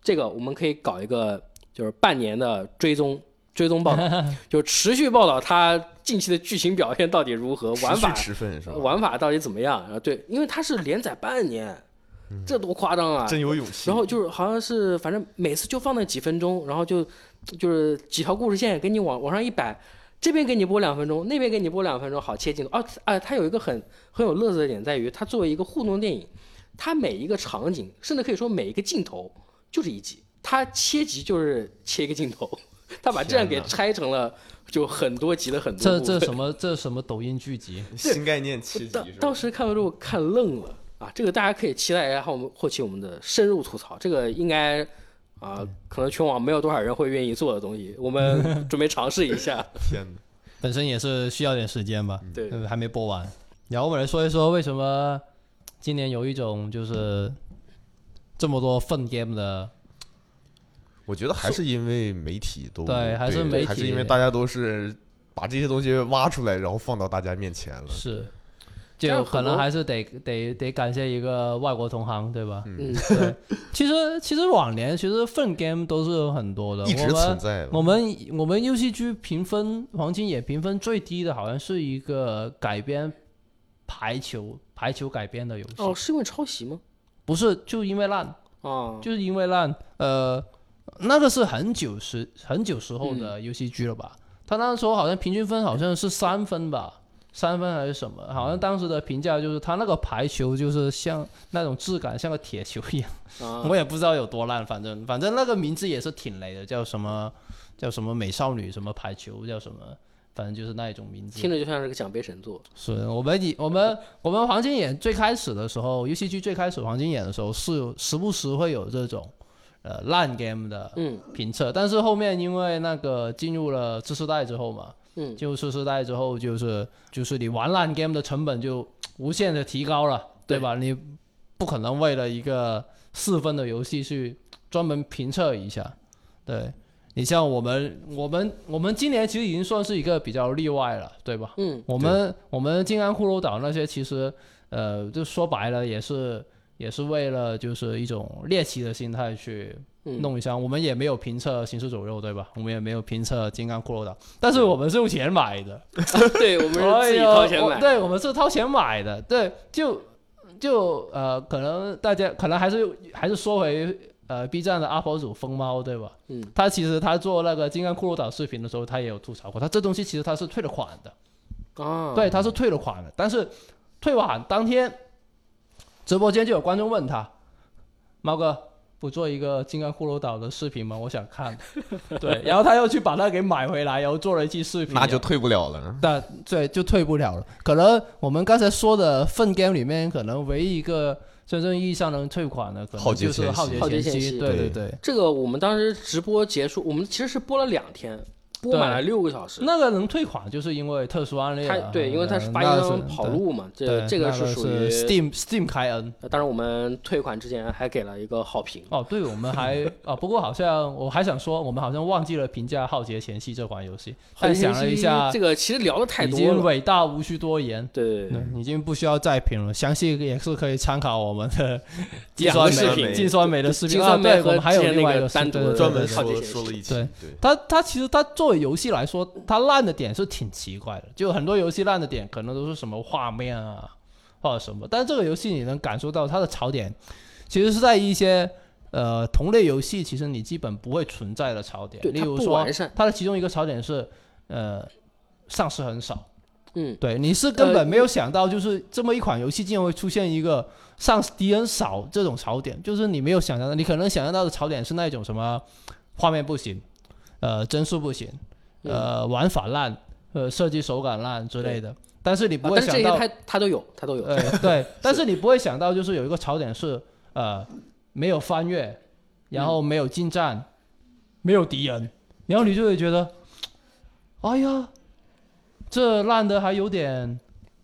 这个我们可以搞一个就是半年的追踪追踪报道，就持续报道它近期的剧情表现到底如何，玩法持分是吧？ 玩法到底怎么样？然后对，因为它是连载半年， 嗯、 这多夸张啊！ 真有勇气。 然后就是好像是反正每次就放那几分钟，然后就就是几条故事线给你往往上一摆。这边给你播两分钟，那边给你播两分钟，好切镜头。啊啊，它有一个很很有乐子的点在于，它作为一个互动电影，它每一个场景，甚至可以说每一个镜头就是一集，它切集就是切一个镜头，它把这样给拆成了就很多集的很多这部分。 这什么这什么抖音剧集？ 新概念切集当当时看完之后看愣了啊！这个大家可以期待一下我们后期我们的深入吐槽，这个应该。啊，可能全网没有多少人会愿意做的东西，我们准备尝试一下。 天哪， 本身也是需要点时间吧， 对， 还没播完。然后我们来说一说为什么今年有一种就是这么多fun game的。 我觉得还是因为媒体都对，还是媒体， 还是因为大家都是把这些东西挖出来，然后放到大家面前了。 是。就可能还是得得得感谢一个外国同行，对吧？ 嗯， 对。其实其实往年其实fun game都是有很多的， 一直存在。 我们我们我们 U C G 评分黄金眼评分最低的好像是一个改编排球排球改编的游戏。 哦，是因为抄袭吗？ 不是，就因为烂。 哦， 就是因为烂。呃，那个是很久时很久时候的 U C G 了吧？嗯、他那时候好像平均分好像是三分吧。三分还是什么？好像当时的评价就是他那个排球就是像那种质感像个铁球一样，啊、我也不知道有多烂，反正反正那个名字也是挺雷的，叫什么叫什么美少女什么排球叫什么，反正就是那一种名字， 听着就像是个奖杯神作。 是我们我们我们黄金眼最开始的时候 ，U C G 最开始黄金眼的时候是有时不时会有这种呃烂 game 的评测，嗯、但是后面因为那个进入了次世代之后嘛。 嗯， 就次世代之后，就是就是你玩烂 game 的成本就无限的提高了，对吧？你不可能为了一个四分的游戏去专门评测一下，对。你像我们我们我们今年其实已经算是一个比较例外了，对吧？ 嗯， 我们我们金刚骷髅岛那些其实呃，就说白了也是也是为了就是一种猎奇的心态去。弄一下，我们也没有评测行尸走肉，对吧？我们也没有评测金刚骷髅岛，但是我们是用钱买的。 对，我们是自己掏钱买、 哎。对，我们是掏钱买的。对，就就呃，可能大家可能还是还是说回呃 B 站的 U P 主疯猫，对吧？ 嗯， 他其实他做那个金刚骷髅岛视频的时候，他也有吐槽过，他这东西其实他是退了款的。 啊， 对，他是退了款的，但是退款当天直播间就有观众问他，猫哥。不做一个金刚骷髅岛的视频吗？我想看。对，然后他又去把它给买回来，然后做了一期视频。 那就退不了了。 但对，就退不了了。可能我们刚才说的fun game里面，可能唯一一个真正意义上能退款的，可能就是浩劫前夕。对对对， 这个我们当时直播结束，我们其实是播了两天。播满了六个小时， 那个能退款就是因为特殊案例了。 对，因为它是发行商跑路嘛，这这个是属于 Steam Steam 开恩。 当然，我们退款之前还给了一个好评。 哦，对，我们还啊，不过好像我还想说，我们好像忘记了评价《浩劫前夕》这款游戏。但想了一下， 这个其实聊的太多了， 已经伟大无需多言。 对， 已经不需要再评了，详细也是可以参考我们的计算美、计算美的视频啊。 对，我们还有另外一个单独专门说说了一期。 对，它它其实它作为游戏来说。它烂的点是挺奇怪的，就很多游戏烂的点可能都是什么画面啊，或者什么，但这个游戏你能感受到它的槽点，其实是在一些呃同类游戏其实你基本不会存在的槽点，例如说它的其中一个槽点是呃丧尸很少， 嗯， 对，你是根本没有想到就是这么一款游戏竟然会出现一个丧尸敌人少这种槽点，就是你没有想象到，你可能想象到的槽点是那种什么画面不行，呃帧数不行。呃，玩法烂，呃，设计手感烂之类的，但是你不会想到， 啊、但是这些它它都有，它都有。 对对，但是你不会想到，就是有一个槽点是，呃，没有翻越，然后没有近战，嗯、没有敌人，然后你就会觉得，哎呀，这烂的还有点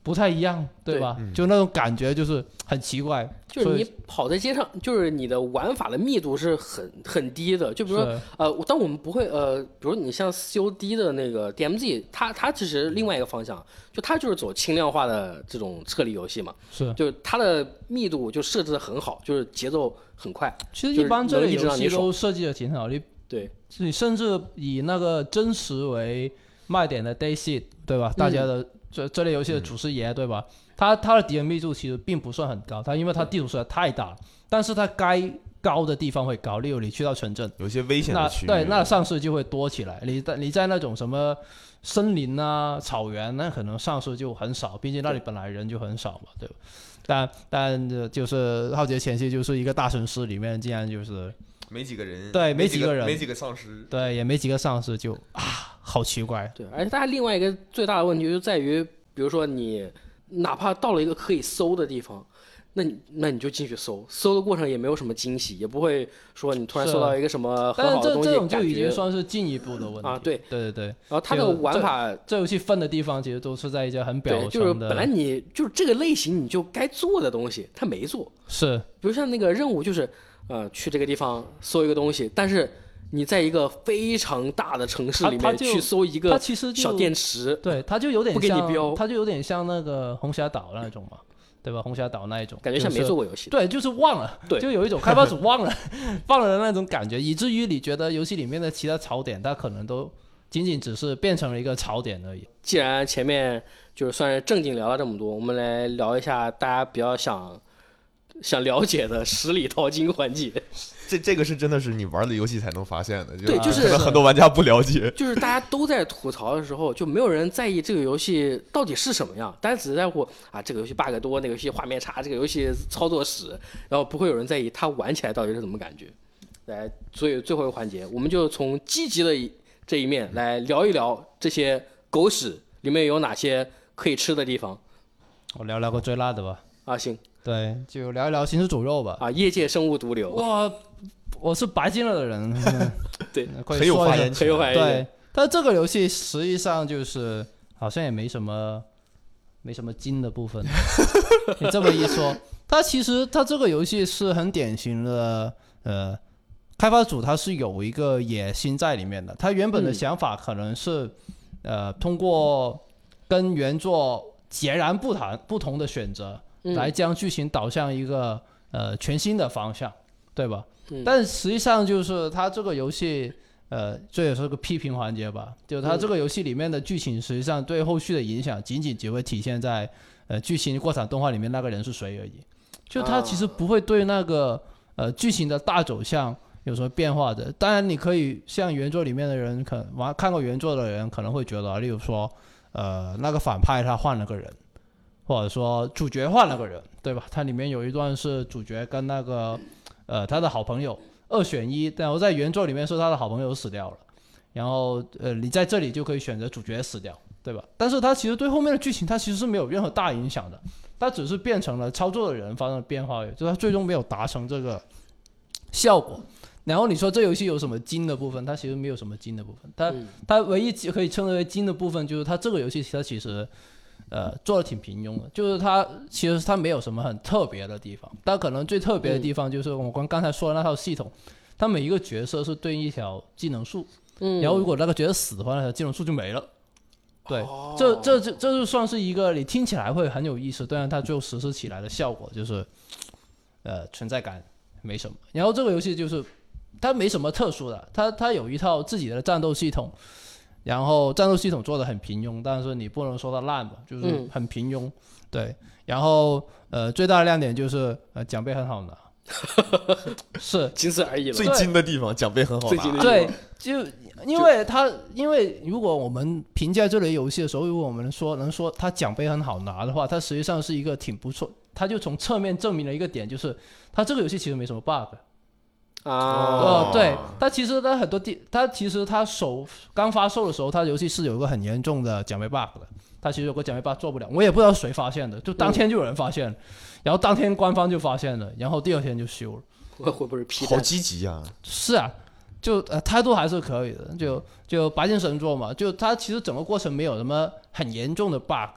不太一样，对吧？ 对嗯、 就那种感觉就是很奇怪， 就是你跑在街上，就是你的玩法的密度是很很低的。就比如说，呃，但我们不会，呃，比如你像 C O D 的那个 D M Z， 它它其实另外一个方向，就它就是走轻量化的这种策略游戏嘛， 是， 就是它的密度就设置的很好，就是节奏很快。 其实一般这类游戏都设计的挺好，你对， 你甚至以那个真实为卖点的 Dayseed， 对吧？大家的、嗯。这这类游戏的祖师爷、嗯、对吧？它它的敌人密度其实并不算很高，它因为它地图实在太大了，但是它该高的地方会高，例如你去到城镇， 有些危险的区域， 对，那丧尸就会多起来。你在你在那种什么森林啊、草原，那可能丧尸就很少，毕竟那里本来人就很少嘛，对吧？但但就是《浩劫前夕》就是一个大城市里面，竟然就是没几个人， 对， 没几个人， 没几个丧尸， 对，也没几个丧尸，就啊。好奇怪， 对，而且大家另外一个最大的问题就在于，比如说你哪怕到了一个可以搜的地方，那你那你就进去搜，搜的过程也没有什么惊喜，也不会说你突然搜到一个什么很好的东西， 但是这这种就已经算是进一步的问题啊，对对对对。 然后它的玩法， 这, 这游戏分的地方其实都是在一些很表层的， 就是本来你就是这个类型你就该做的东西，它没做， 是， 比如像那个任务就是呃去这个地方搜一个东西，但是。你在一个非常大的城市里面去搜一个小电池， 对，它就有点像， 不给你标， 它就有点像那个红霞岛那种嘛，对吧？红霞岛那一种， 感觉像没做过游戏、 就是，对，就是忘了， 对， 就有一种开发者忘了忘了的那种感觉，以至于你觉得游戏里面的其他槽点，它可能都仅仅只是变成了一个槽点而已。 既然前面就是算是正经聊了这么多，我们来聊一下大家比较想想了解的十里淘金环节。 这这个是真的是你玩的游戏才能发现的， 对，就是可能很多玩家不了解， 就是大家都在吐槽的时候，就没有人在意这个游戏到底是什么样，大家只是在乎啊这个游戏 bug 多，那个游戏画面差，这个游戏操作屎，然后不会有人在意它玩起来到底是什么感觉。来，所以最后一个环节，我们就从积极的这一面来聊一聊这些狗屎里面有哪些可以吃的地方。 我聊聊个最辣的吧。 啊，行。 对，就聊一聊行尸走肉吧。 啊，业界生物毒瘤。 哇，我是白金了的人， 对， 很有发言权， 很有发言权。 对，但这个游戏实际上就是好像也没什么没什么金的部分。你这么一说，它其实它这个游戏是很典型的，呃，开发组他是有一个野心在里面的。他原本的想法可能是，嗯、呃，通过跟原作截然不同不同的选择。来将剧情导向一个呃全新的方向，对吧？嗯、但实际上就是它这个游戏，呃，这也是个批评环节吧。就它这个游戏里面的剧情，实际上对后续的影响，仅仅只会体现在呃剧情过场动画里面那个人是谁而已。就它其实不会对那个呃剧情的大走向有什么变化的。当然，你可以像原作里面的人，可能玩看过原作的人可能会觉得，例如说，呃，那个反派他换了个人。或者说主角换了个人，对吧？它里面有一段是主角跟那个呃他的好朋友二选一，然后在原作里面是他的好朋友死掉了，然后呃你在这里就可以选择主角死掉，对吧？但是它其实对后面的剧情它其实是没有任何大影响的，它只是变成了操作的人发生了变化，就是它最终没有达成这个效果。然后你说这游戏有什么金的部分？它其实没有什么金的部分，它、嗯、它唯一可以称之为金的部分就是它这个游戏它其实。呃，做的挺平庸的，就是它其实它没有什么很特别的地方，但可能最特别的地方就是我刚刚才说的那套系统，它每一个角色是对应一条技能树，嗯，然后如果那个角色死的话，那条技能树就没了。对，哦、这这这这就算是一个你听起来会很有意思，但是它最后实施起来的效果就是，呃，存在感没什么。然后这个游戏就是它没什么特殊的，它它有一套自己的战斗系统。然后战斗系统做的很平庸，但是你不能说它烂吧，就是很平庸。嗯、对，然后呃最大的亮点就是呃奖杯很好拿，是仅此而已了。 最金的地方奖杯很好拿。 对，就因为它因为如果我们评价这类游戏的时候，如果我们说能说它奖杯很好拿的话，它实际上是一个挺不错，它就从侧面证明了一个点，就是它这个游戏其实没什么 bug。 啊、 哦，对，它其实它很多地，它其实它首刚发售的时候，它游戏是有一个很严重的奖杯 bug 的，它其实有个奖杯 bug 做不了，我也不知道谁发现的，就当天就有人发现，嗯、然后当天官方就发现了，然后第二天就修了。 会会不会批？ 好积极啊！ 是啊，就呃态度还是可以的，就就白金神作嘛，就它其实整个过程没有什么很严重的 bug，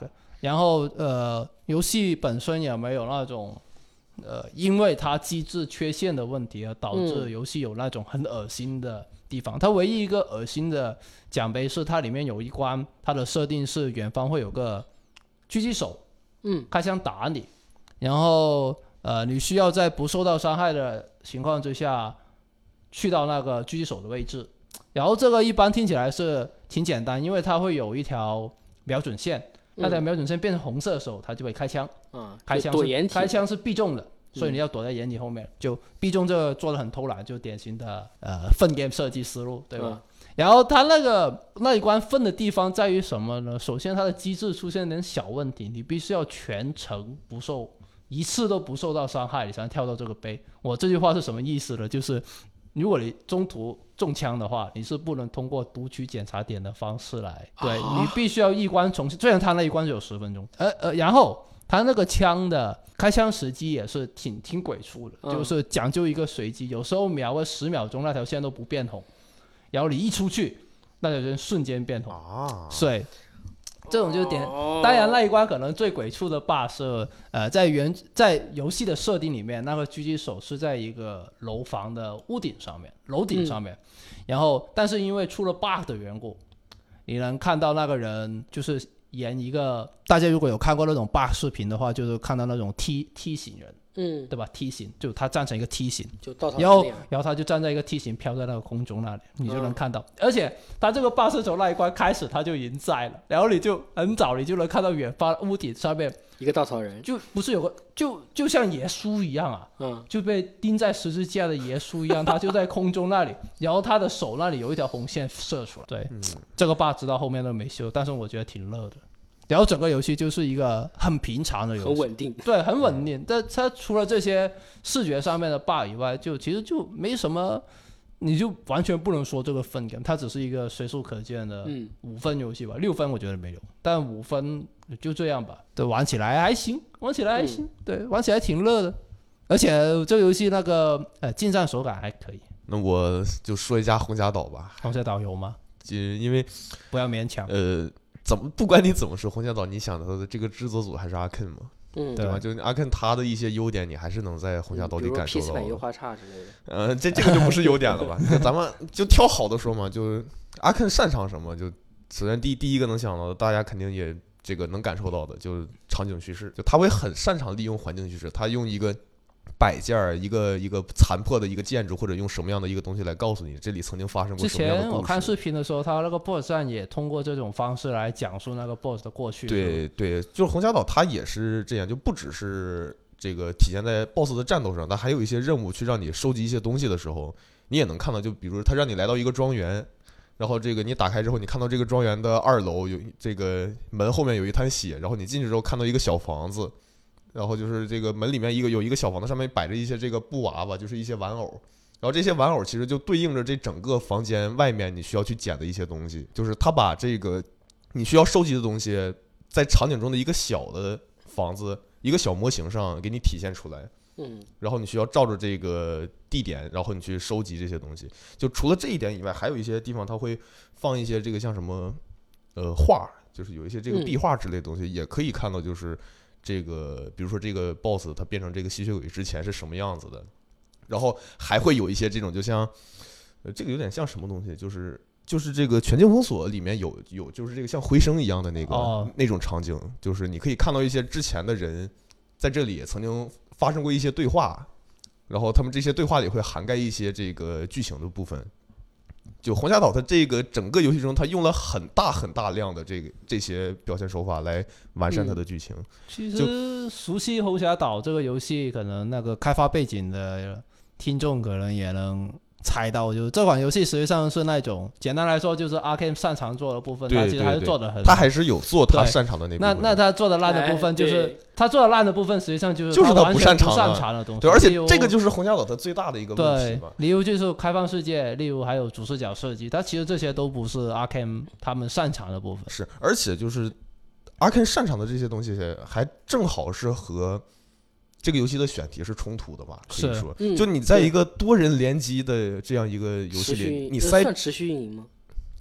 然后呃，游戏本身也没有那种呃，因为它机制缺陷的问题而导致游戏有那种很恶心的地方。嗯、它唯一一个恶心的奖杯是它里面有一关，它的设定是远方会有个狙击手， 嗯， 开枪打你，然后呃，你需要在不受到伤害的情况之下去到那个狙击手的位置。然后这个一般听起来是挺简单，因为它会有一条瞄准线。它的瞄准线变成红色的时候，它就会开枪。 啊， 开枪是开枪是必中的，所以你要躲在掩体后面。嗯、就必中这个做的很偷懒，就典型的呃粪 game 设计思路，对吧？嗯、然后它那个那一关粪的地方在于什么呢？首先它的机制出现点小问题，你必须要全程不受一次都不受到伤害，你才能跳到这个杯。我这句话是什么意思呢？就是如果你中途中枪的话，你是不能通过读取检查点的方式来，对、啊、你必须要一关重新。虽然他那一关只有十分钟，呃呃，然后他那个枪的开枪时机也是挺挺鬼畜的，嗯、就是讲究一个随机，有时候瞄个十秒钟那条线都不变红，然后你一出去，那条线瞬间变红啊，对。这种就是点，当然那一关可能最鬼畜的 bug 是，呃，在原在游戏的设定里面，那个狙击手是在一个楼房的屋顶上面，楼顶上面，嗯、然后但是因为出了 bug 的缘故，你能看到那个人就是沿一个，大家如果有看过那种 bug 视频的话，就是看到那种梯梯形人。嗯，对吧？梯形就他站成一个梯形， 就到然后然后他就站在一个梯形飘在那个空中那里，你就能看到。嗯、而且他这个霸射球那一关开始他就已经在了，然后你就很早你就能看到远方屋顶上面一个稻草人， 就不是有个就就像耶稣一样啊，嗯，就被钉在十字架的耶稣一样，他就在空中那里，然后他的手那里有一条红线射出来。对，嗯、这个 bug 直到后面都没修，但是我觉得挺乐的。然后整个游戏就是一个很平常的游戏， 很稳定， 对，很稳定。但它除了这些视觉上面的 bug 以外，就其实就没什么，你就完全不能说这个分感，它只是一个随处可见的五分游戏吧，六、嗯、分我觉得没有，但五分就这样吧。对，玩起来还行，玩起来还行，嗯、对，玩起来挺乐的。而且这个游戏那个呃近战手感还可以。 那我就说一下红甲岛吧。 红甲岛有吗？ 因为不要勉强。 呃。怎么不管你怎么说，红甲岛你想的这个制作组还是阿 Ken 嘛，嗯，对吧？就阿 Ken 他的一些优点，你还是能在红甲岛里感受到的。 P C 版优化差之类的。 呃，这这个就不是优点了吧？咱们就挑好的说嘛。就阿 Ken 擅长什么？就首先第第一个能想到的，大家肯定也这个能感受到的，就是场景叙事。就他会很擅长利用环境叙事，他用一个摆件一个一个残破的一个建筑，或者用什么样的一个东西来告诉你这里曾经发生过什么样的故事。 之前我看视频的时候，他那个 boss 战也通过这种方式来讲述那个 boss 的过去。 对对，就是红甲岛它也是这样，就不只是这个体现在 boss 的战斗上，它还有一些任务去让你收集一些东西的时候，你也能看到，就比如他让你来到一个庄园，然后这个你打开之后，你看到这个庄园的二楼有这个门后面有一滩血，然后你进去之后看到一个小房子。然后就是这个门里面一个有一个小房子，上面摆着一些这个布娃娃，就是一些玩偶。然后这些玩偶其实就对应着这整个房间外面你需要去捡的一些东西，就是他把这个你需要收集的东西，在场景中的一个小的房子、一个小模型上给你体现出来。嗯，然后你需要照着这个地点，然后你去收集这些东西。就除了这一点以外，还有一些地方它会放一些这个像什么呃画，就是有一些这个壁画之类的东西，嗯、也可以看到就是。这个比如说这个 boss 它变成这个吸血鬼之前是什么样子的，然后还会有一些这种就像呃这个有点像什么东西，就是就是这个全境封锁里面有有就是这个像回声一样的那个、哦、那种场景，就是你可以看到一些之前的人在这里曾经发生过一些对话，然后他们这些对话里会涵盖一些这个剧情的部分。就红甲岛它这个整个游戏中，它用了很大很大量的这个这些表现手法来完善它的剧情。嗯、 其实熟悉红甲岛这个游戏，可能那个开发背景的听众可能也能猜到，就是这款游戏实际上是那种简单来说就是 Arkane 擅长做的部分，他其实还是做的很好， 他还是有做他擅长的那部分。 那那他做的烂的部分就是他做的烂的部分，实际上就是就是他不擅长的东西。 对，而且这个就是红甲岛它最大的一个问题吧。 例如就是开放世界，例如还有主视角设计，它其实这些都不是 Arkane 他们擅长的部分。 是，而且就是 Arkane 擅长的这些东西，还正好是和这个游戏的选题是冲突的吧？可以说， 嗯、 就你在一个多人联机的这样一个游戏里，你塞算持续运营吗？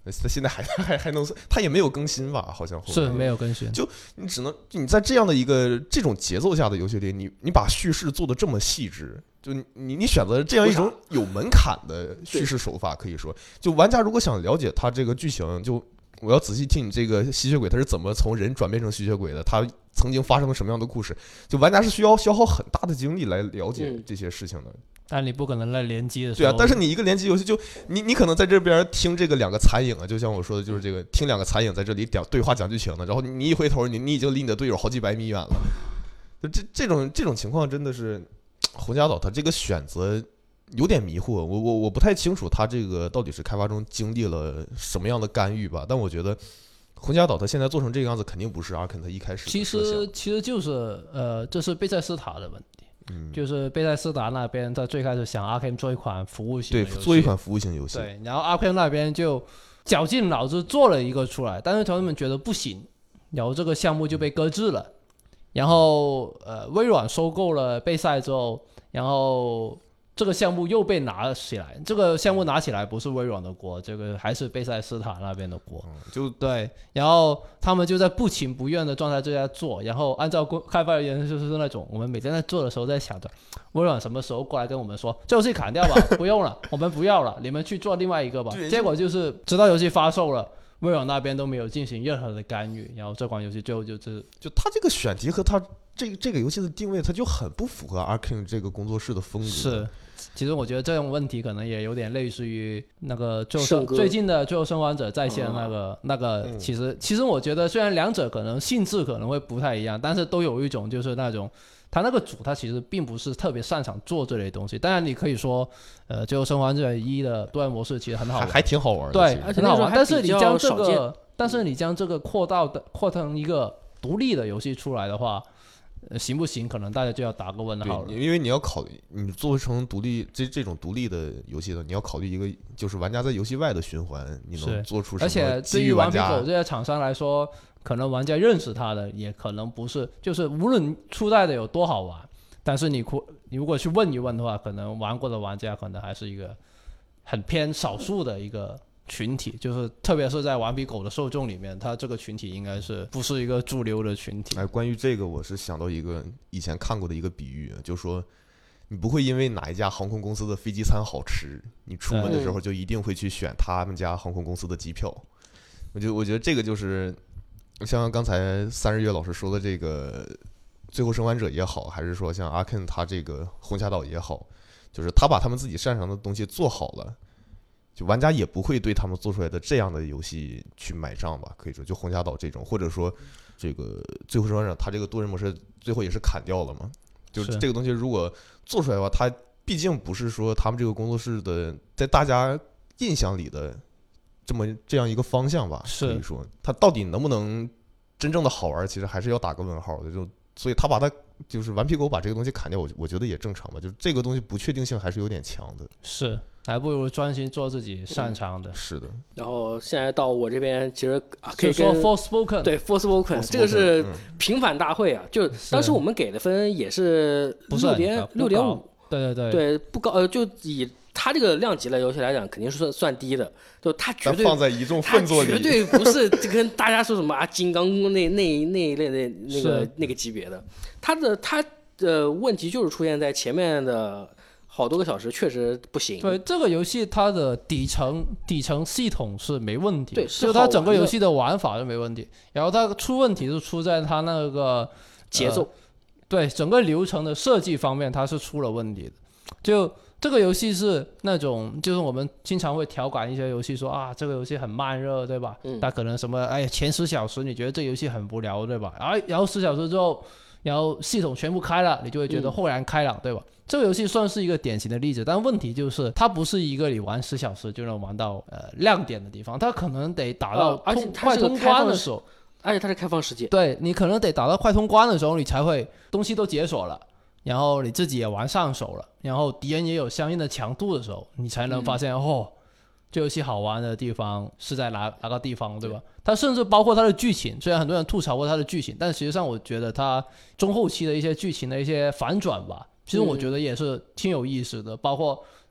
他现在还还还能，他也没有更新吧？好像是没有更新。 就你只能你在这样的一个这种节奏下的游戏里，你你把叙事做的这么细致，就你你选择这样一种有门槛的叙事手法，可以说，就玩家如果想了解他这个剧情，就我要仔细听你这个吸血鬼他是怎么从人转变成吸血鬼的，他曾经发生了什么样的故事，就玩家是需要消耗很大的精力来了解这些事情的。嗯， 但你不可能在联机的时候， 对啊，但是你一个联机游戏就你你可能在这边听这个两个残影啊，就像我说的，就是这个听两个残影在这里讲对话讲剧情的，然后你一回头，你你已经离你的队友好几百米远了。就这这种这种情况真的是红霞岛它这个选择有点迷惑，我我我不太清楚它这个到底是开发中经历了什么样的干预吧，但我觉得红霞岛它现在做成这个样子，肯定不是阿肯他一开始的其实其实就是呃，这是贝塞斯塔的问题。嗯，就是贝塞斯达那边在最开始想 Arkham 做一款服务型的游戏， 对，做一款服务型游戏， 对，然后 Arkham 那边就绞尽脑汁做了一个出来，但是他们觉得不行，然后这个项目就被搁置了。然后呃，微软收购了贝塞之后，然后这个项目又被拿起来，这个项目拿起来不是微软的锅，这个还是贝塞斯塔那边的锅， 嗯、就对。然后他们就在不情不愿的状态之下做，然后按照开发人员就是那种，我们每天在做的时候在想着，微软什么时候过来跟我们说，这游戏砍掉吧，不用了，我们不要了，你们去做另外一个吧。结果就是直到游戏发售了，微软那边都没有进行任何的干预，然后这款游戏最后就是就它这个选题和它这个这个游戏的定位，它就很不符合 Arkane 这个工作室的风格。 是。其实我觉得这种问题可能也有点类似于那个最后最近的《最后生还者在线》那个、嗯、那个，其实其实我觉得虽然两者可能性质可能会不太一样，但是都有一种就是那种他那个组他其实并不是特别擅长做这类东西。当然你可以说，呃，《最后生还者一》的对战模式其实很好玩， 还, 还挺好玩的， 对，很好玩。但是你将这个， 但是你将这个扩到的扩成一个独立的游戏出来的话。呃、行不行？可能大家就要打个问号了。 因为你要考虑，你做成独立这这种独立的游戏的，你要考虑一个，就是玩家在游戏外的循环，你能做出什么？ 而且对于顽皮狗这些厂商来说，可能玩家认识它的也可能不是，就是无论初代的有多好玩，但是你你如果去问一问的话，可能玩过的玩家可能还是一个很偏少数的一个。群体，就是特别是在顽皮狗的受众里面，它这个群体应该是不是一个主流的群体。 哎，关于这个，我是想到一个以前看过的一个比喻，就说你不会因为哪一家航空公司的飞机餐好吃，你出门的时候就一定会去选他们家航空公司的机票。我觉得，我觉得这个就是像刚才三日月老师说的这个《最后生还者》也好，还是说像阿肯他这个红霞岛也好，就是他把他们自己擅长的东西做好了。就玩家也不会对他们做出来的这样的游戏去买账吧，可以说就红霞岛这种，或者说这个最后生还者他这个多人模式最后也是砍掉了嘛。就是这个东西如果做出来的话，它毕竟不是说他们这个工作室的在大家印象里的这么这样一个方向吧，可以说它到底能不能真正的好玩，其实还是要打个问号的。就所以他把它就是顽皮狗把这个东西砍掉，我我觉得也正常吧。就是这个东西不确定性还是有点强的。 是。还不如专心做自己擅长的。 嗯、是的。 然后现在到我这边，其实可以说 Forspoken， 对 Forspoken， 这个是平反大会啊！就当时我们给的分也是六点六点五， 对对对， 对不高呃，就以它这个量级的游戏来讲，肯定是算算低的。就它绝对放在一众粪作里， 绝对不是跟大家说什么啊金刚宫那那那一类的那个那个级别的。它的它的问题就是出现在前面的。好多个小时确实不行。 对，这个游戏它的底层底层系统是没问题， 对， 就它整个游戏的玩法就没问题。然后它出问题是出在它那个节奏、 呃，对，整个流程的设计方面它是出了问题的。就这个游戏是那种，就是我们经常会调侃一些游戏说啊，这个游戏很慢热，对吧？嗯。它可能什么，哎，前十小时你觉得这游戏很无聊，对吧？哎，然后十小时之后，然后系统全部开了，你就会觉得豁然开朗，嗯、对吧？这个游戏算是一个典型的例子，但问题就是它不是一个你玩十小时就能玩到呃亮点的地方，它可能得打到通、呃、快通关的时候， 而且它是开放世界， 对，你可能得打到快通关的时候，你才会东西都解锁了，然后你自己也玩上手了，然后敌人也有相应的强度的时候，你才能发现、嗯、哦，这游戏好玩的地方是在哪哪个地方，对吧？它甚至包括它的剧情，虽然很多人吐槽过它的剧情，但实际上我觉得它中后期的一些剧情的一些反转吧。其实我觉得也是挺有意思的，嗯、包括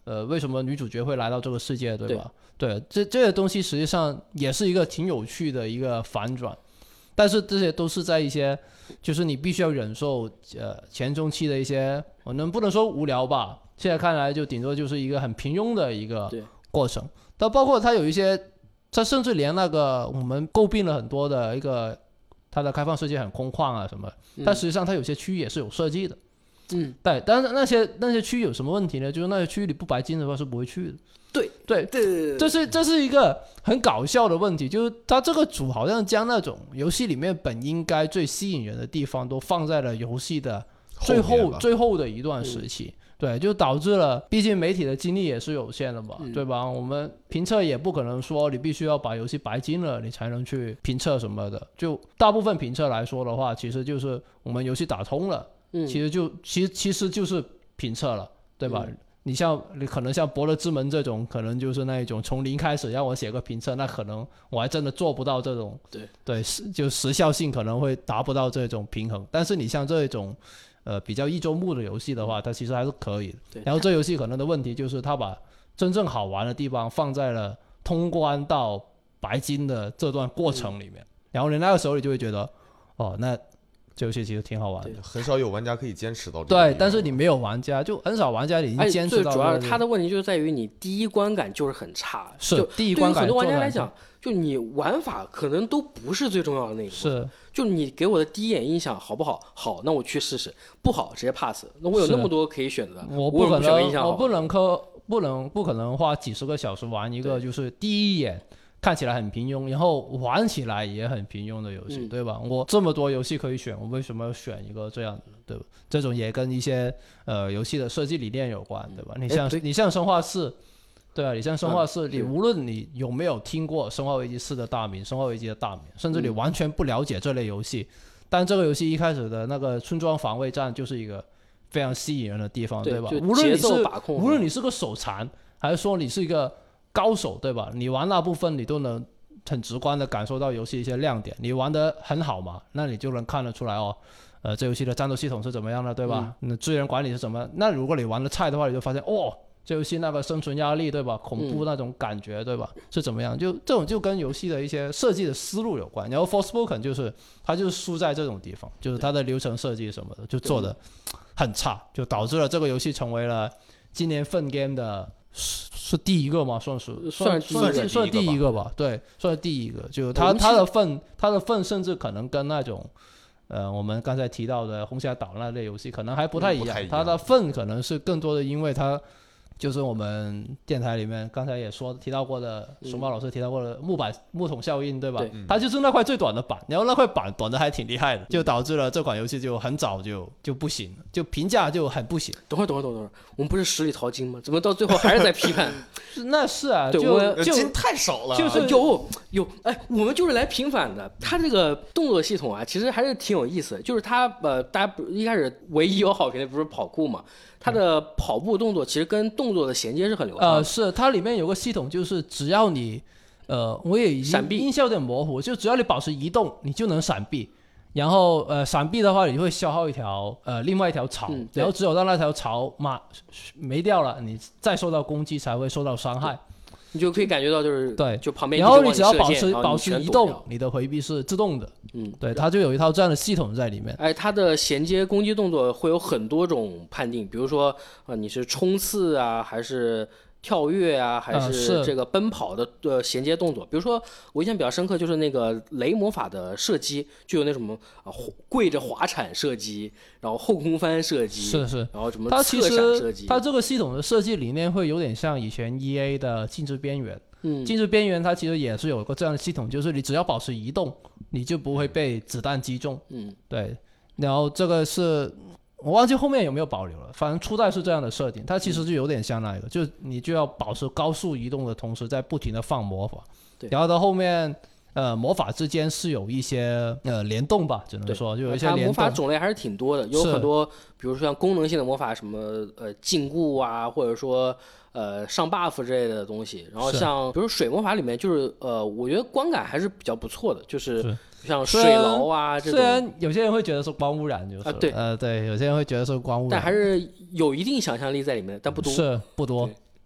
呃，为什么女主角会来到这个世界，对吧？对，这这些东西实际上也是一个挺有趣的一个反转，但是这些都是在一些，就是你必须要忍受呃前中期的一些，我能不能说无聊吧？现在看来就顶多就是一个很平庸的一个过程。但包括它有一些，它甚至连那个我们诟病了很多的一个，它的开放世界很空旷啊什么，但实际上它有些区域也是有设计的。 嗯， 对，但是那些那些区域有什么问题呢？就是那些区域里不白金的话是不会去的。 对对对对， 这是这是一个很搞笑的问题，就是他这个组好像将那种游戏里面本应该最吸引人的地方都放在了游戏的最后最后的一段时期。嗯，对，就导致了，毕竟媒体的精力也是有限的嘛，嗯，对吧？我们评测也不可能说你必须要把游戏白金了，你才能去评测什么的。就大部分评测来说的话，其实就是我们游戏打通了，嗯，其实就其实其实就是评测了，对吧？嗯，你像你可能像《博德之门》这种，可能就是那一种从零开始让我写个评测，那可能我还真的做不到这种， 对对，就时效性可能会达不到这种平衡。但是你像这种。呃，比较一周目的游戏的话，它其实还是可以的。然后这游戏可能的问题就是，它把真正好玩的地方放在了通关到白金的这段过程里面。嗯，然后你那个时候你就会觉得，哦，那这游戏其实挺好玩的。 很少有玩家可以坚持到这个。 对，但是你没有玩家，就很少玩家已经坚持到。 最主要是它的问题就是在于你第一观感就是很差。 是，第一观感对于很多玩家来讲，就你玩法可能都不是最重要的那个。 是。 就你给我的第一眼印象好不好？好，那我去试试；不好，直接 pass。那我有那么多可以选择的， 我不可能， 我不能可不能不可能花几十个小时玩一个就是第一眼看起来很平庸，然后玩起来也很平庸的游戏，嗯，对吧？我这么多游戏可以选，我为什么要选一个这样的，对吧？这种也跟一些呃游戏的设计理念有关，对吧？你像你像生化四。对啊，你像生化四，嗯，你无论你有没有听过生化危机四的大名，生化危机的大名，甚至你完全不了解这类游戏，嗯，但这个游戏一开始的那个村庄防卫战就是一个非常吸引人的地方， 对, 对吧？无论你是无论你是个手残，还是说你是一个高手，对吧？你玩那部分你都能很直观的感受到游戏一些亮点。你玩得很好嘛，那你就能看得出来哦，呃，这游戏的战斗系统是怎么样的，对吧？嗯，资源管理是怎么？那如果你玩得菜的话，你就发现哦。这游戏那个生存压力，对吧？恐怖那种感觉，对吧？是怎么样？就这种就跟游戏的一些设计的思路有关。然后 Forspoken 就是它就是输在这种地方，就是它的流程设计什么的就做得很差，就导致了这个游戏成为了今年 Fun Game 的是第一个吗？算是算算算第一个吧，对，算是第一个。就它它的份它的份甚至可能跟那种。呃，我们刚才提到的红霞岛那类游戏可能还不太一样， 嗯、 它的份可能是更多的，因为它就是我们电台里面刚才也说提到过的，熊猫老师提到过的木板木桶效应，对吧？ 对， 它就是那块最短的板，然后那块板短的还挺厉害的，就导致了这款游戏就很早就就不行，就评价就很不行。 等会儿，等会儿，等会儿，我们不是十里淘金吗？怎么到最后还是在批判？ 那是啊， 对， 就我就金太少了， 就是有有哎，我们就是来平反的。它这个动作系统啊，其实还是挺有意思的。就是它呃，大家一开始唯一有好评的不是跑酷嘛？它的跑步动作其实跟动作的衔接是很流畅的。 呃，是它里面有个系统，就是只要你呃，我也已经印象有点模糊，就只要你保持移动，你就能闪避。然后呃，闪避的话，你会消耗一条呃另外一条槽， 嗯、 然后只有到那条槽嘛没掉了，你再受到攻击才会受到伤害。 你就可以感觉到就是对， 就旁边然后你只要保持你保持移动，你的回避是自动的。嗯，对，它就有一套这样的系统在里面。 哎，它的衔接攻击动作会有很多种判定，比如说呃你是冲刺啊，还是跳跃啊，还是这个奔跑的呃衔接动作。比如说我印象比较深刻就是那个雷魔法的射击，就有那什么啊跪着滑铲射击，然后后空翻射击， 是是， 然后什么侧闪射击。 它这个系统的设计理念会有点像以前 E A 的静止边缘。 嗯， 静止边缘它其实也是有个这样的系统，就是你只要保持移动，你就不会被子弹击中。 嗯， 对。然后这个是我忘记后面有没有保留了，反正初代是这样的设定，它其实就有点像那个，嗯、就你就要保持高速移动的同时，在不停的放魔法。 对。 然后到后面，呃，魔法之间是有一些呃联动吧，只能说就有一些联动。它魔法种类还是挺多的，有很多，比如说像功能性的魔法，什么呃禁锢啊，或者说。呃，上 buff 之类的东西，然后像比如水魔法里面，就是呃，我觉得观感还是比较不错的，就是像水牢啊这种。 虽然有些人会觉得是光污染，就是啊，对， 呃，对，有些人会觉得是光污染， 但还是有一定想象力在里面，但不多， 是不多。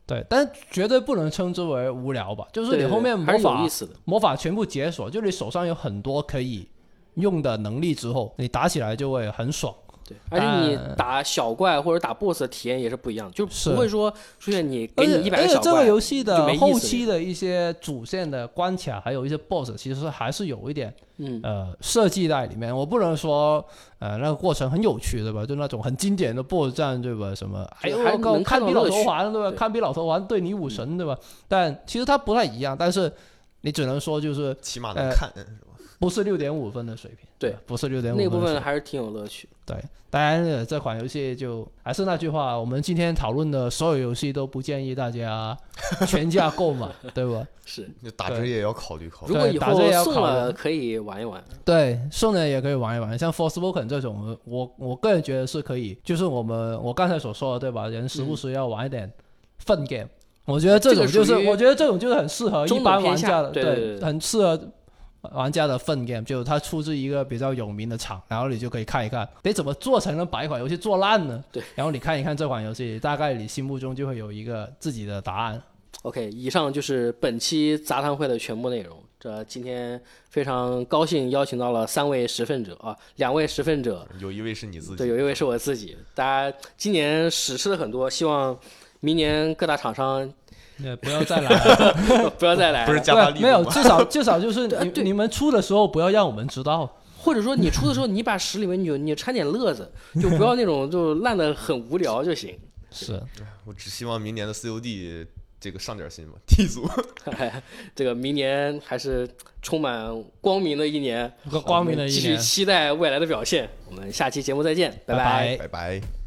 对，但绝对不能称之为无聊吧，就是你对后面还是有魔法意思的。 魔法全部解锁，就你手上有很多可以用的能力之后，你打起来就会很爽。 对，而且你打小怪或者打 boss 的体验也是不一样，就是不会说出现你给你一百个小怪， 而且这个游戏的后就没意思期的一些主线的关卡，还有一些 boss， 其实还是有一点嗯呃设计在里面。我不能说呃那个过程很有趣，对吧？就那种很经典的 boss 战，对吧？什么哎呦， 还能看看比老到乐趣头环，对吧？ 对看比老头环对你武神，对吧？但其实它不太一样，但是你只能说就是起码能看，是吧？ 不是六点五分的水平， 对， 不是六点五那个部分的水平。 分还是挺有乐趣。 对，当然呃这款游戏就还是那句话，我们今天讨论的所有游戏都不建议大家全价购买，对吧？ 是， 就打折也要考虑考虑。 如果以打折也要后送考虑了可以玩一玩。 对，送人也可以玩一玩，像 Forspoken 这种，我我个人觉得是可以，就是我们我刚才所说的，对吧？人时不时要玩一点 fun game，、我觉得这种就是， 这个属于我觉得这种就是很适合一般玩家的， 中等偏下对对对对很适合玩家的 fun game，就它出自一个比较有名的厂，然后你就可以看一看，得怎么做才能把一款游戏做烂呢？ 对， 然后你看一看这款游戏，大概你心目中就会有一个自己的答案。 OK， 以上就是本期杂谈会的全部内容。这今天非常高兴邀请到了三位实份者啊，两位实份者， 有一位是你自己， 对，有一位是我自己。大家今年实施了很多，希望明年各大厂商也不要再来了， 不要再来了， 不是加大力度吗？ 没有，至少至少就是对对你你们出的时候不要让我们知道。 或者说你出的时候，你把十里面你你掺点乐子，就不要那种就烂的很无聊就行。 是， 我只希望明年的 C O D 这个上点心吧，T 组。 这个明年还是充满光明的一年， 个光明的一继续年。 期待未来的表现。我们下期节目再见，拜拜拜拜拜。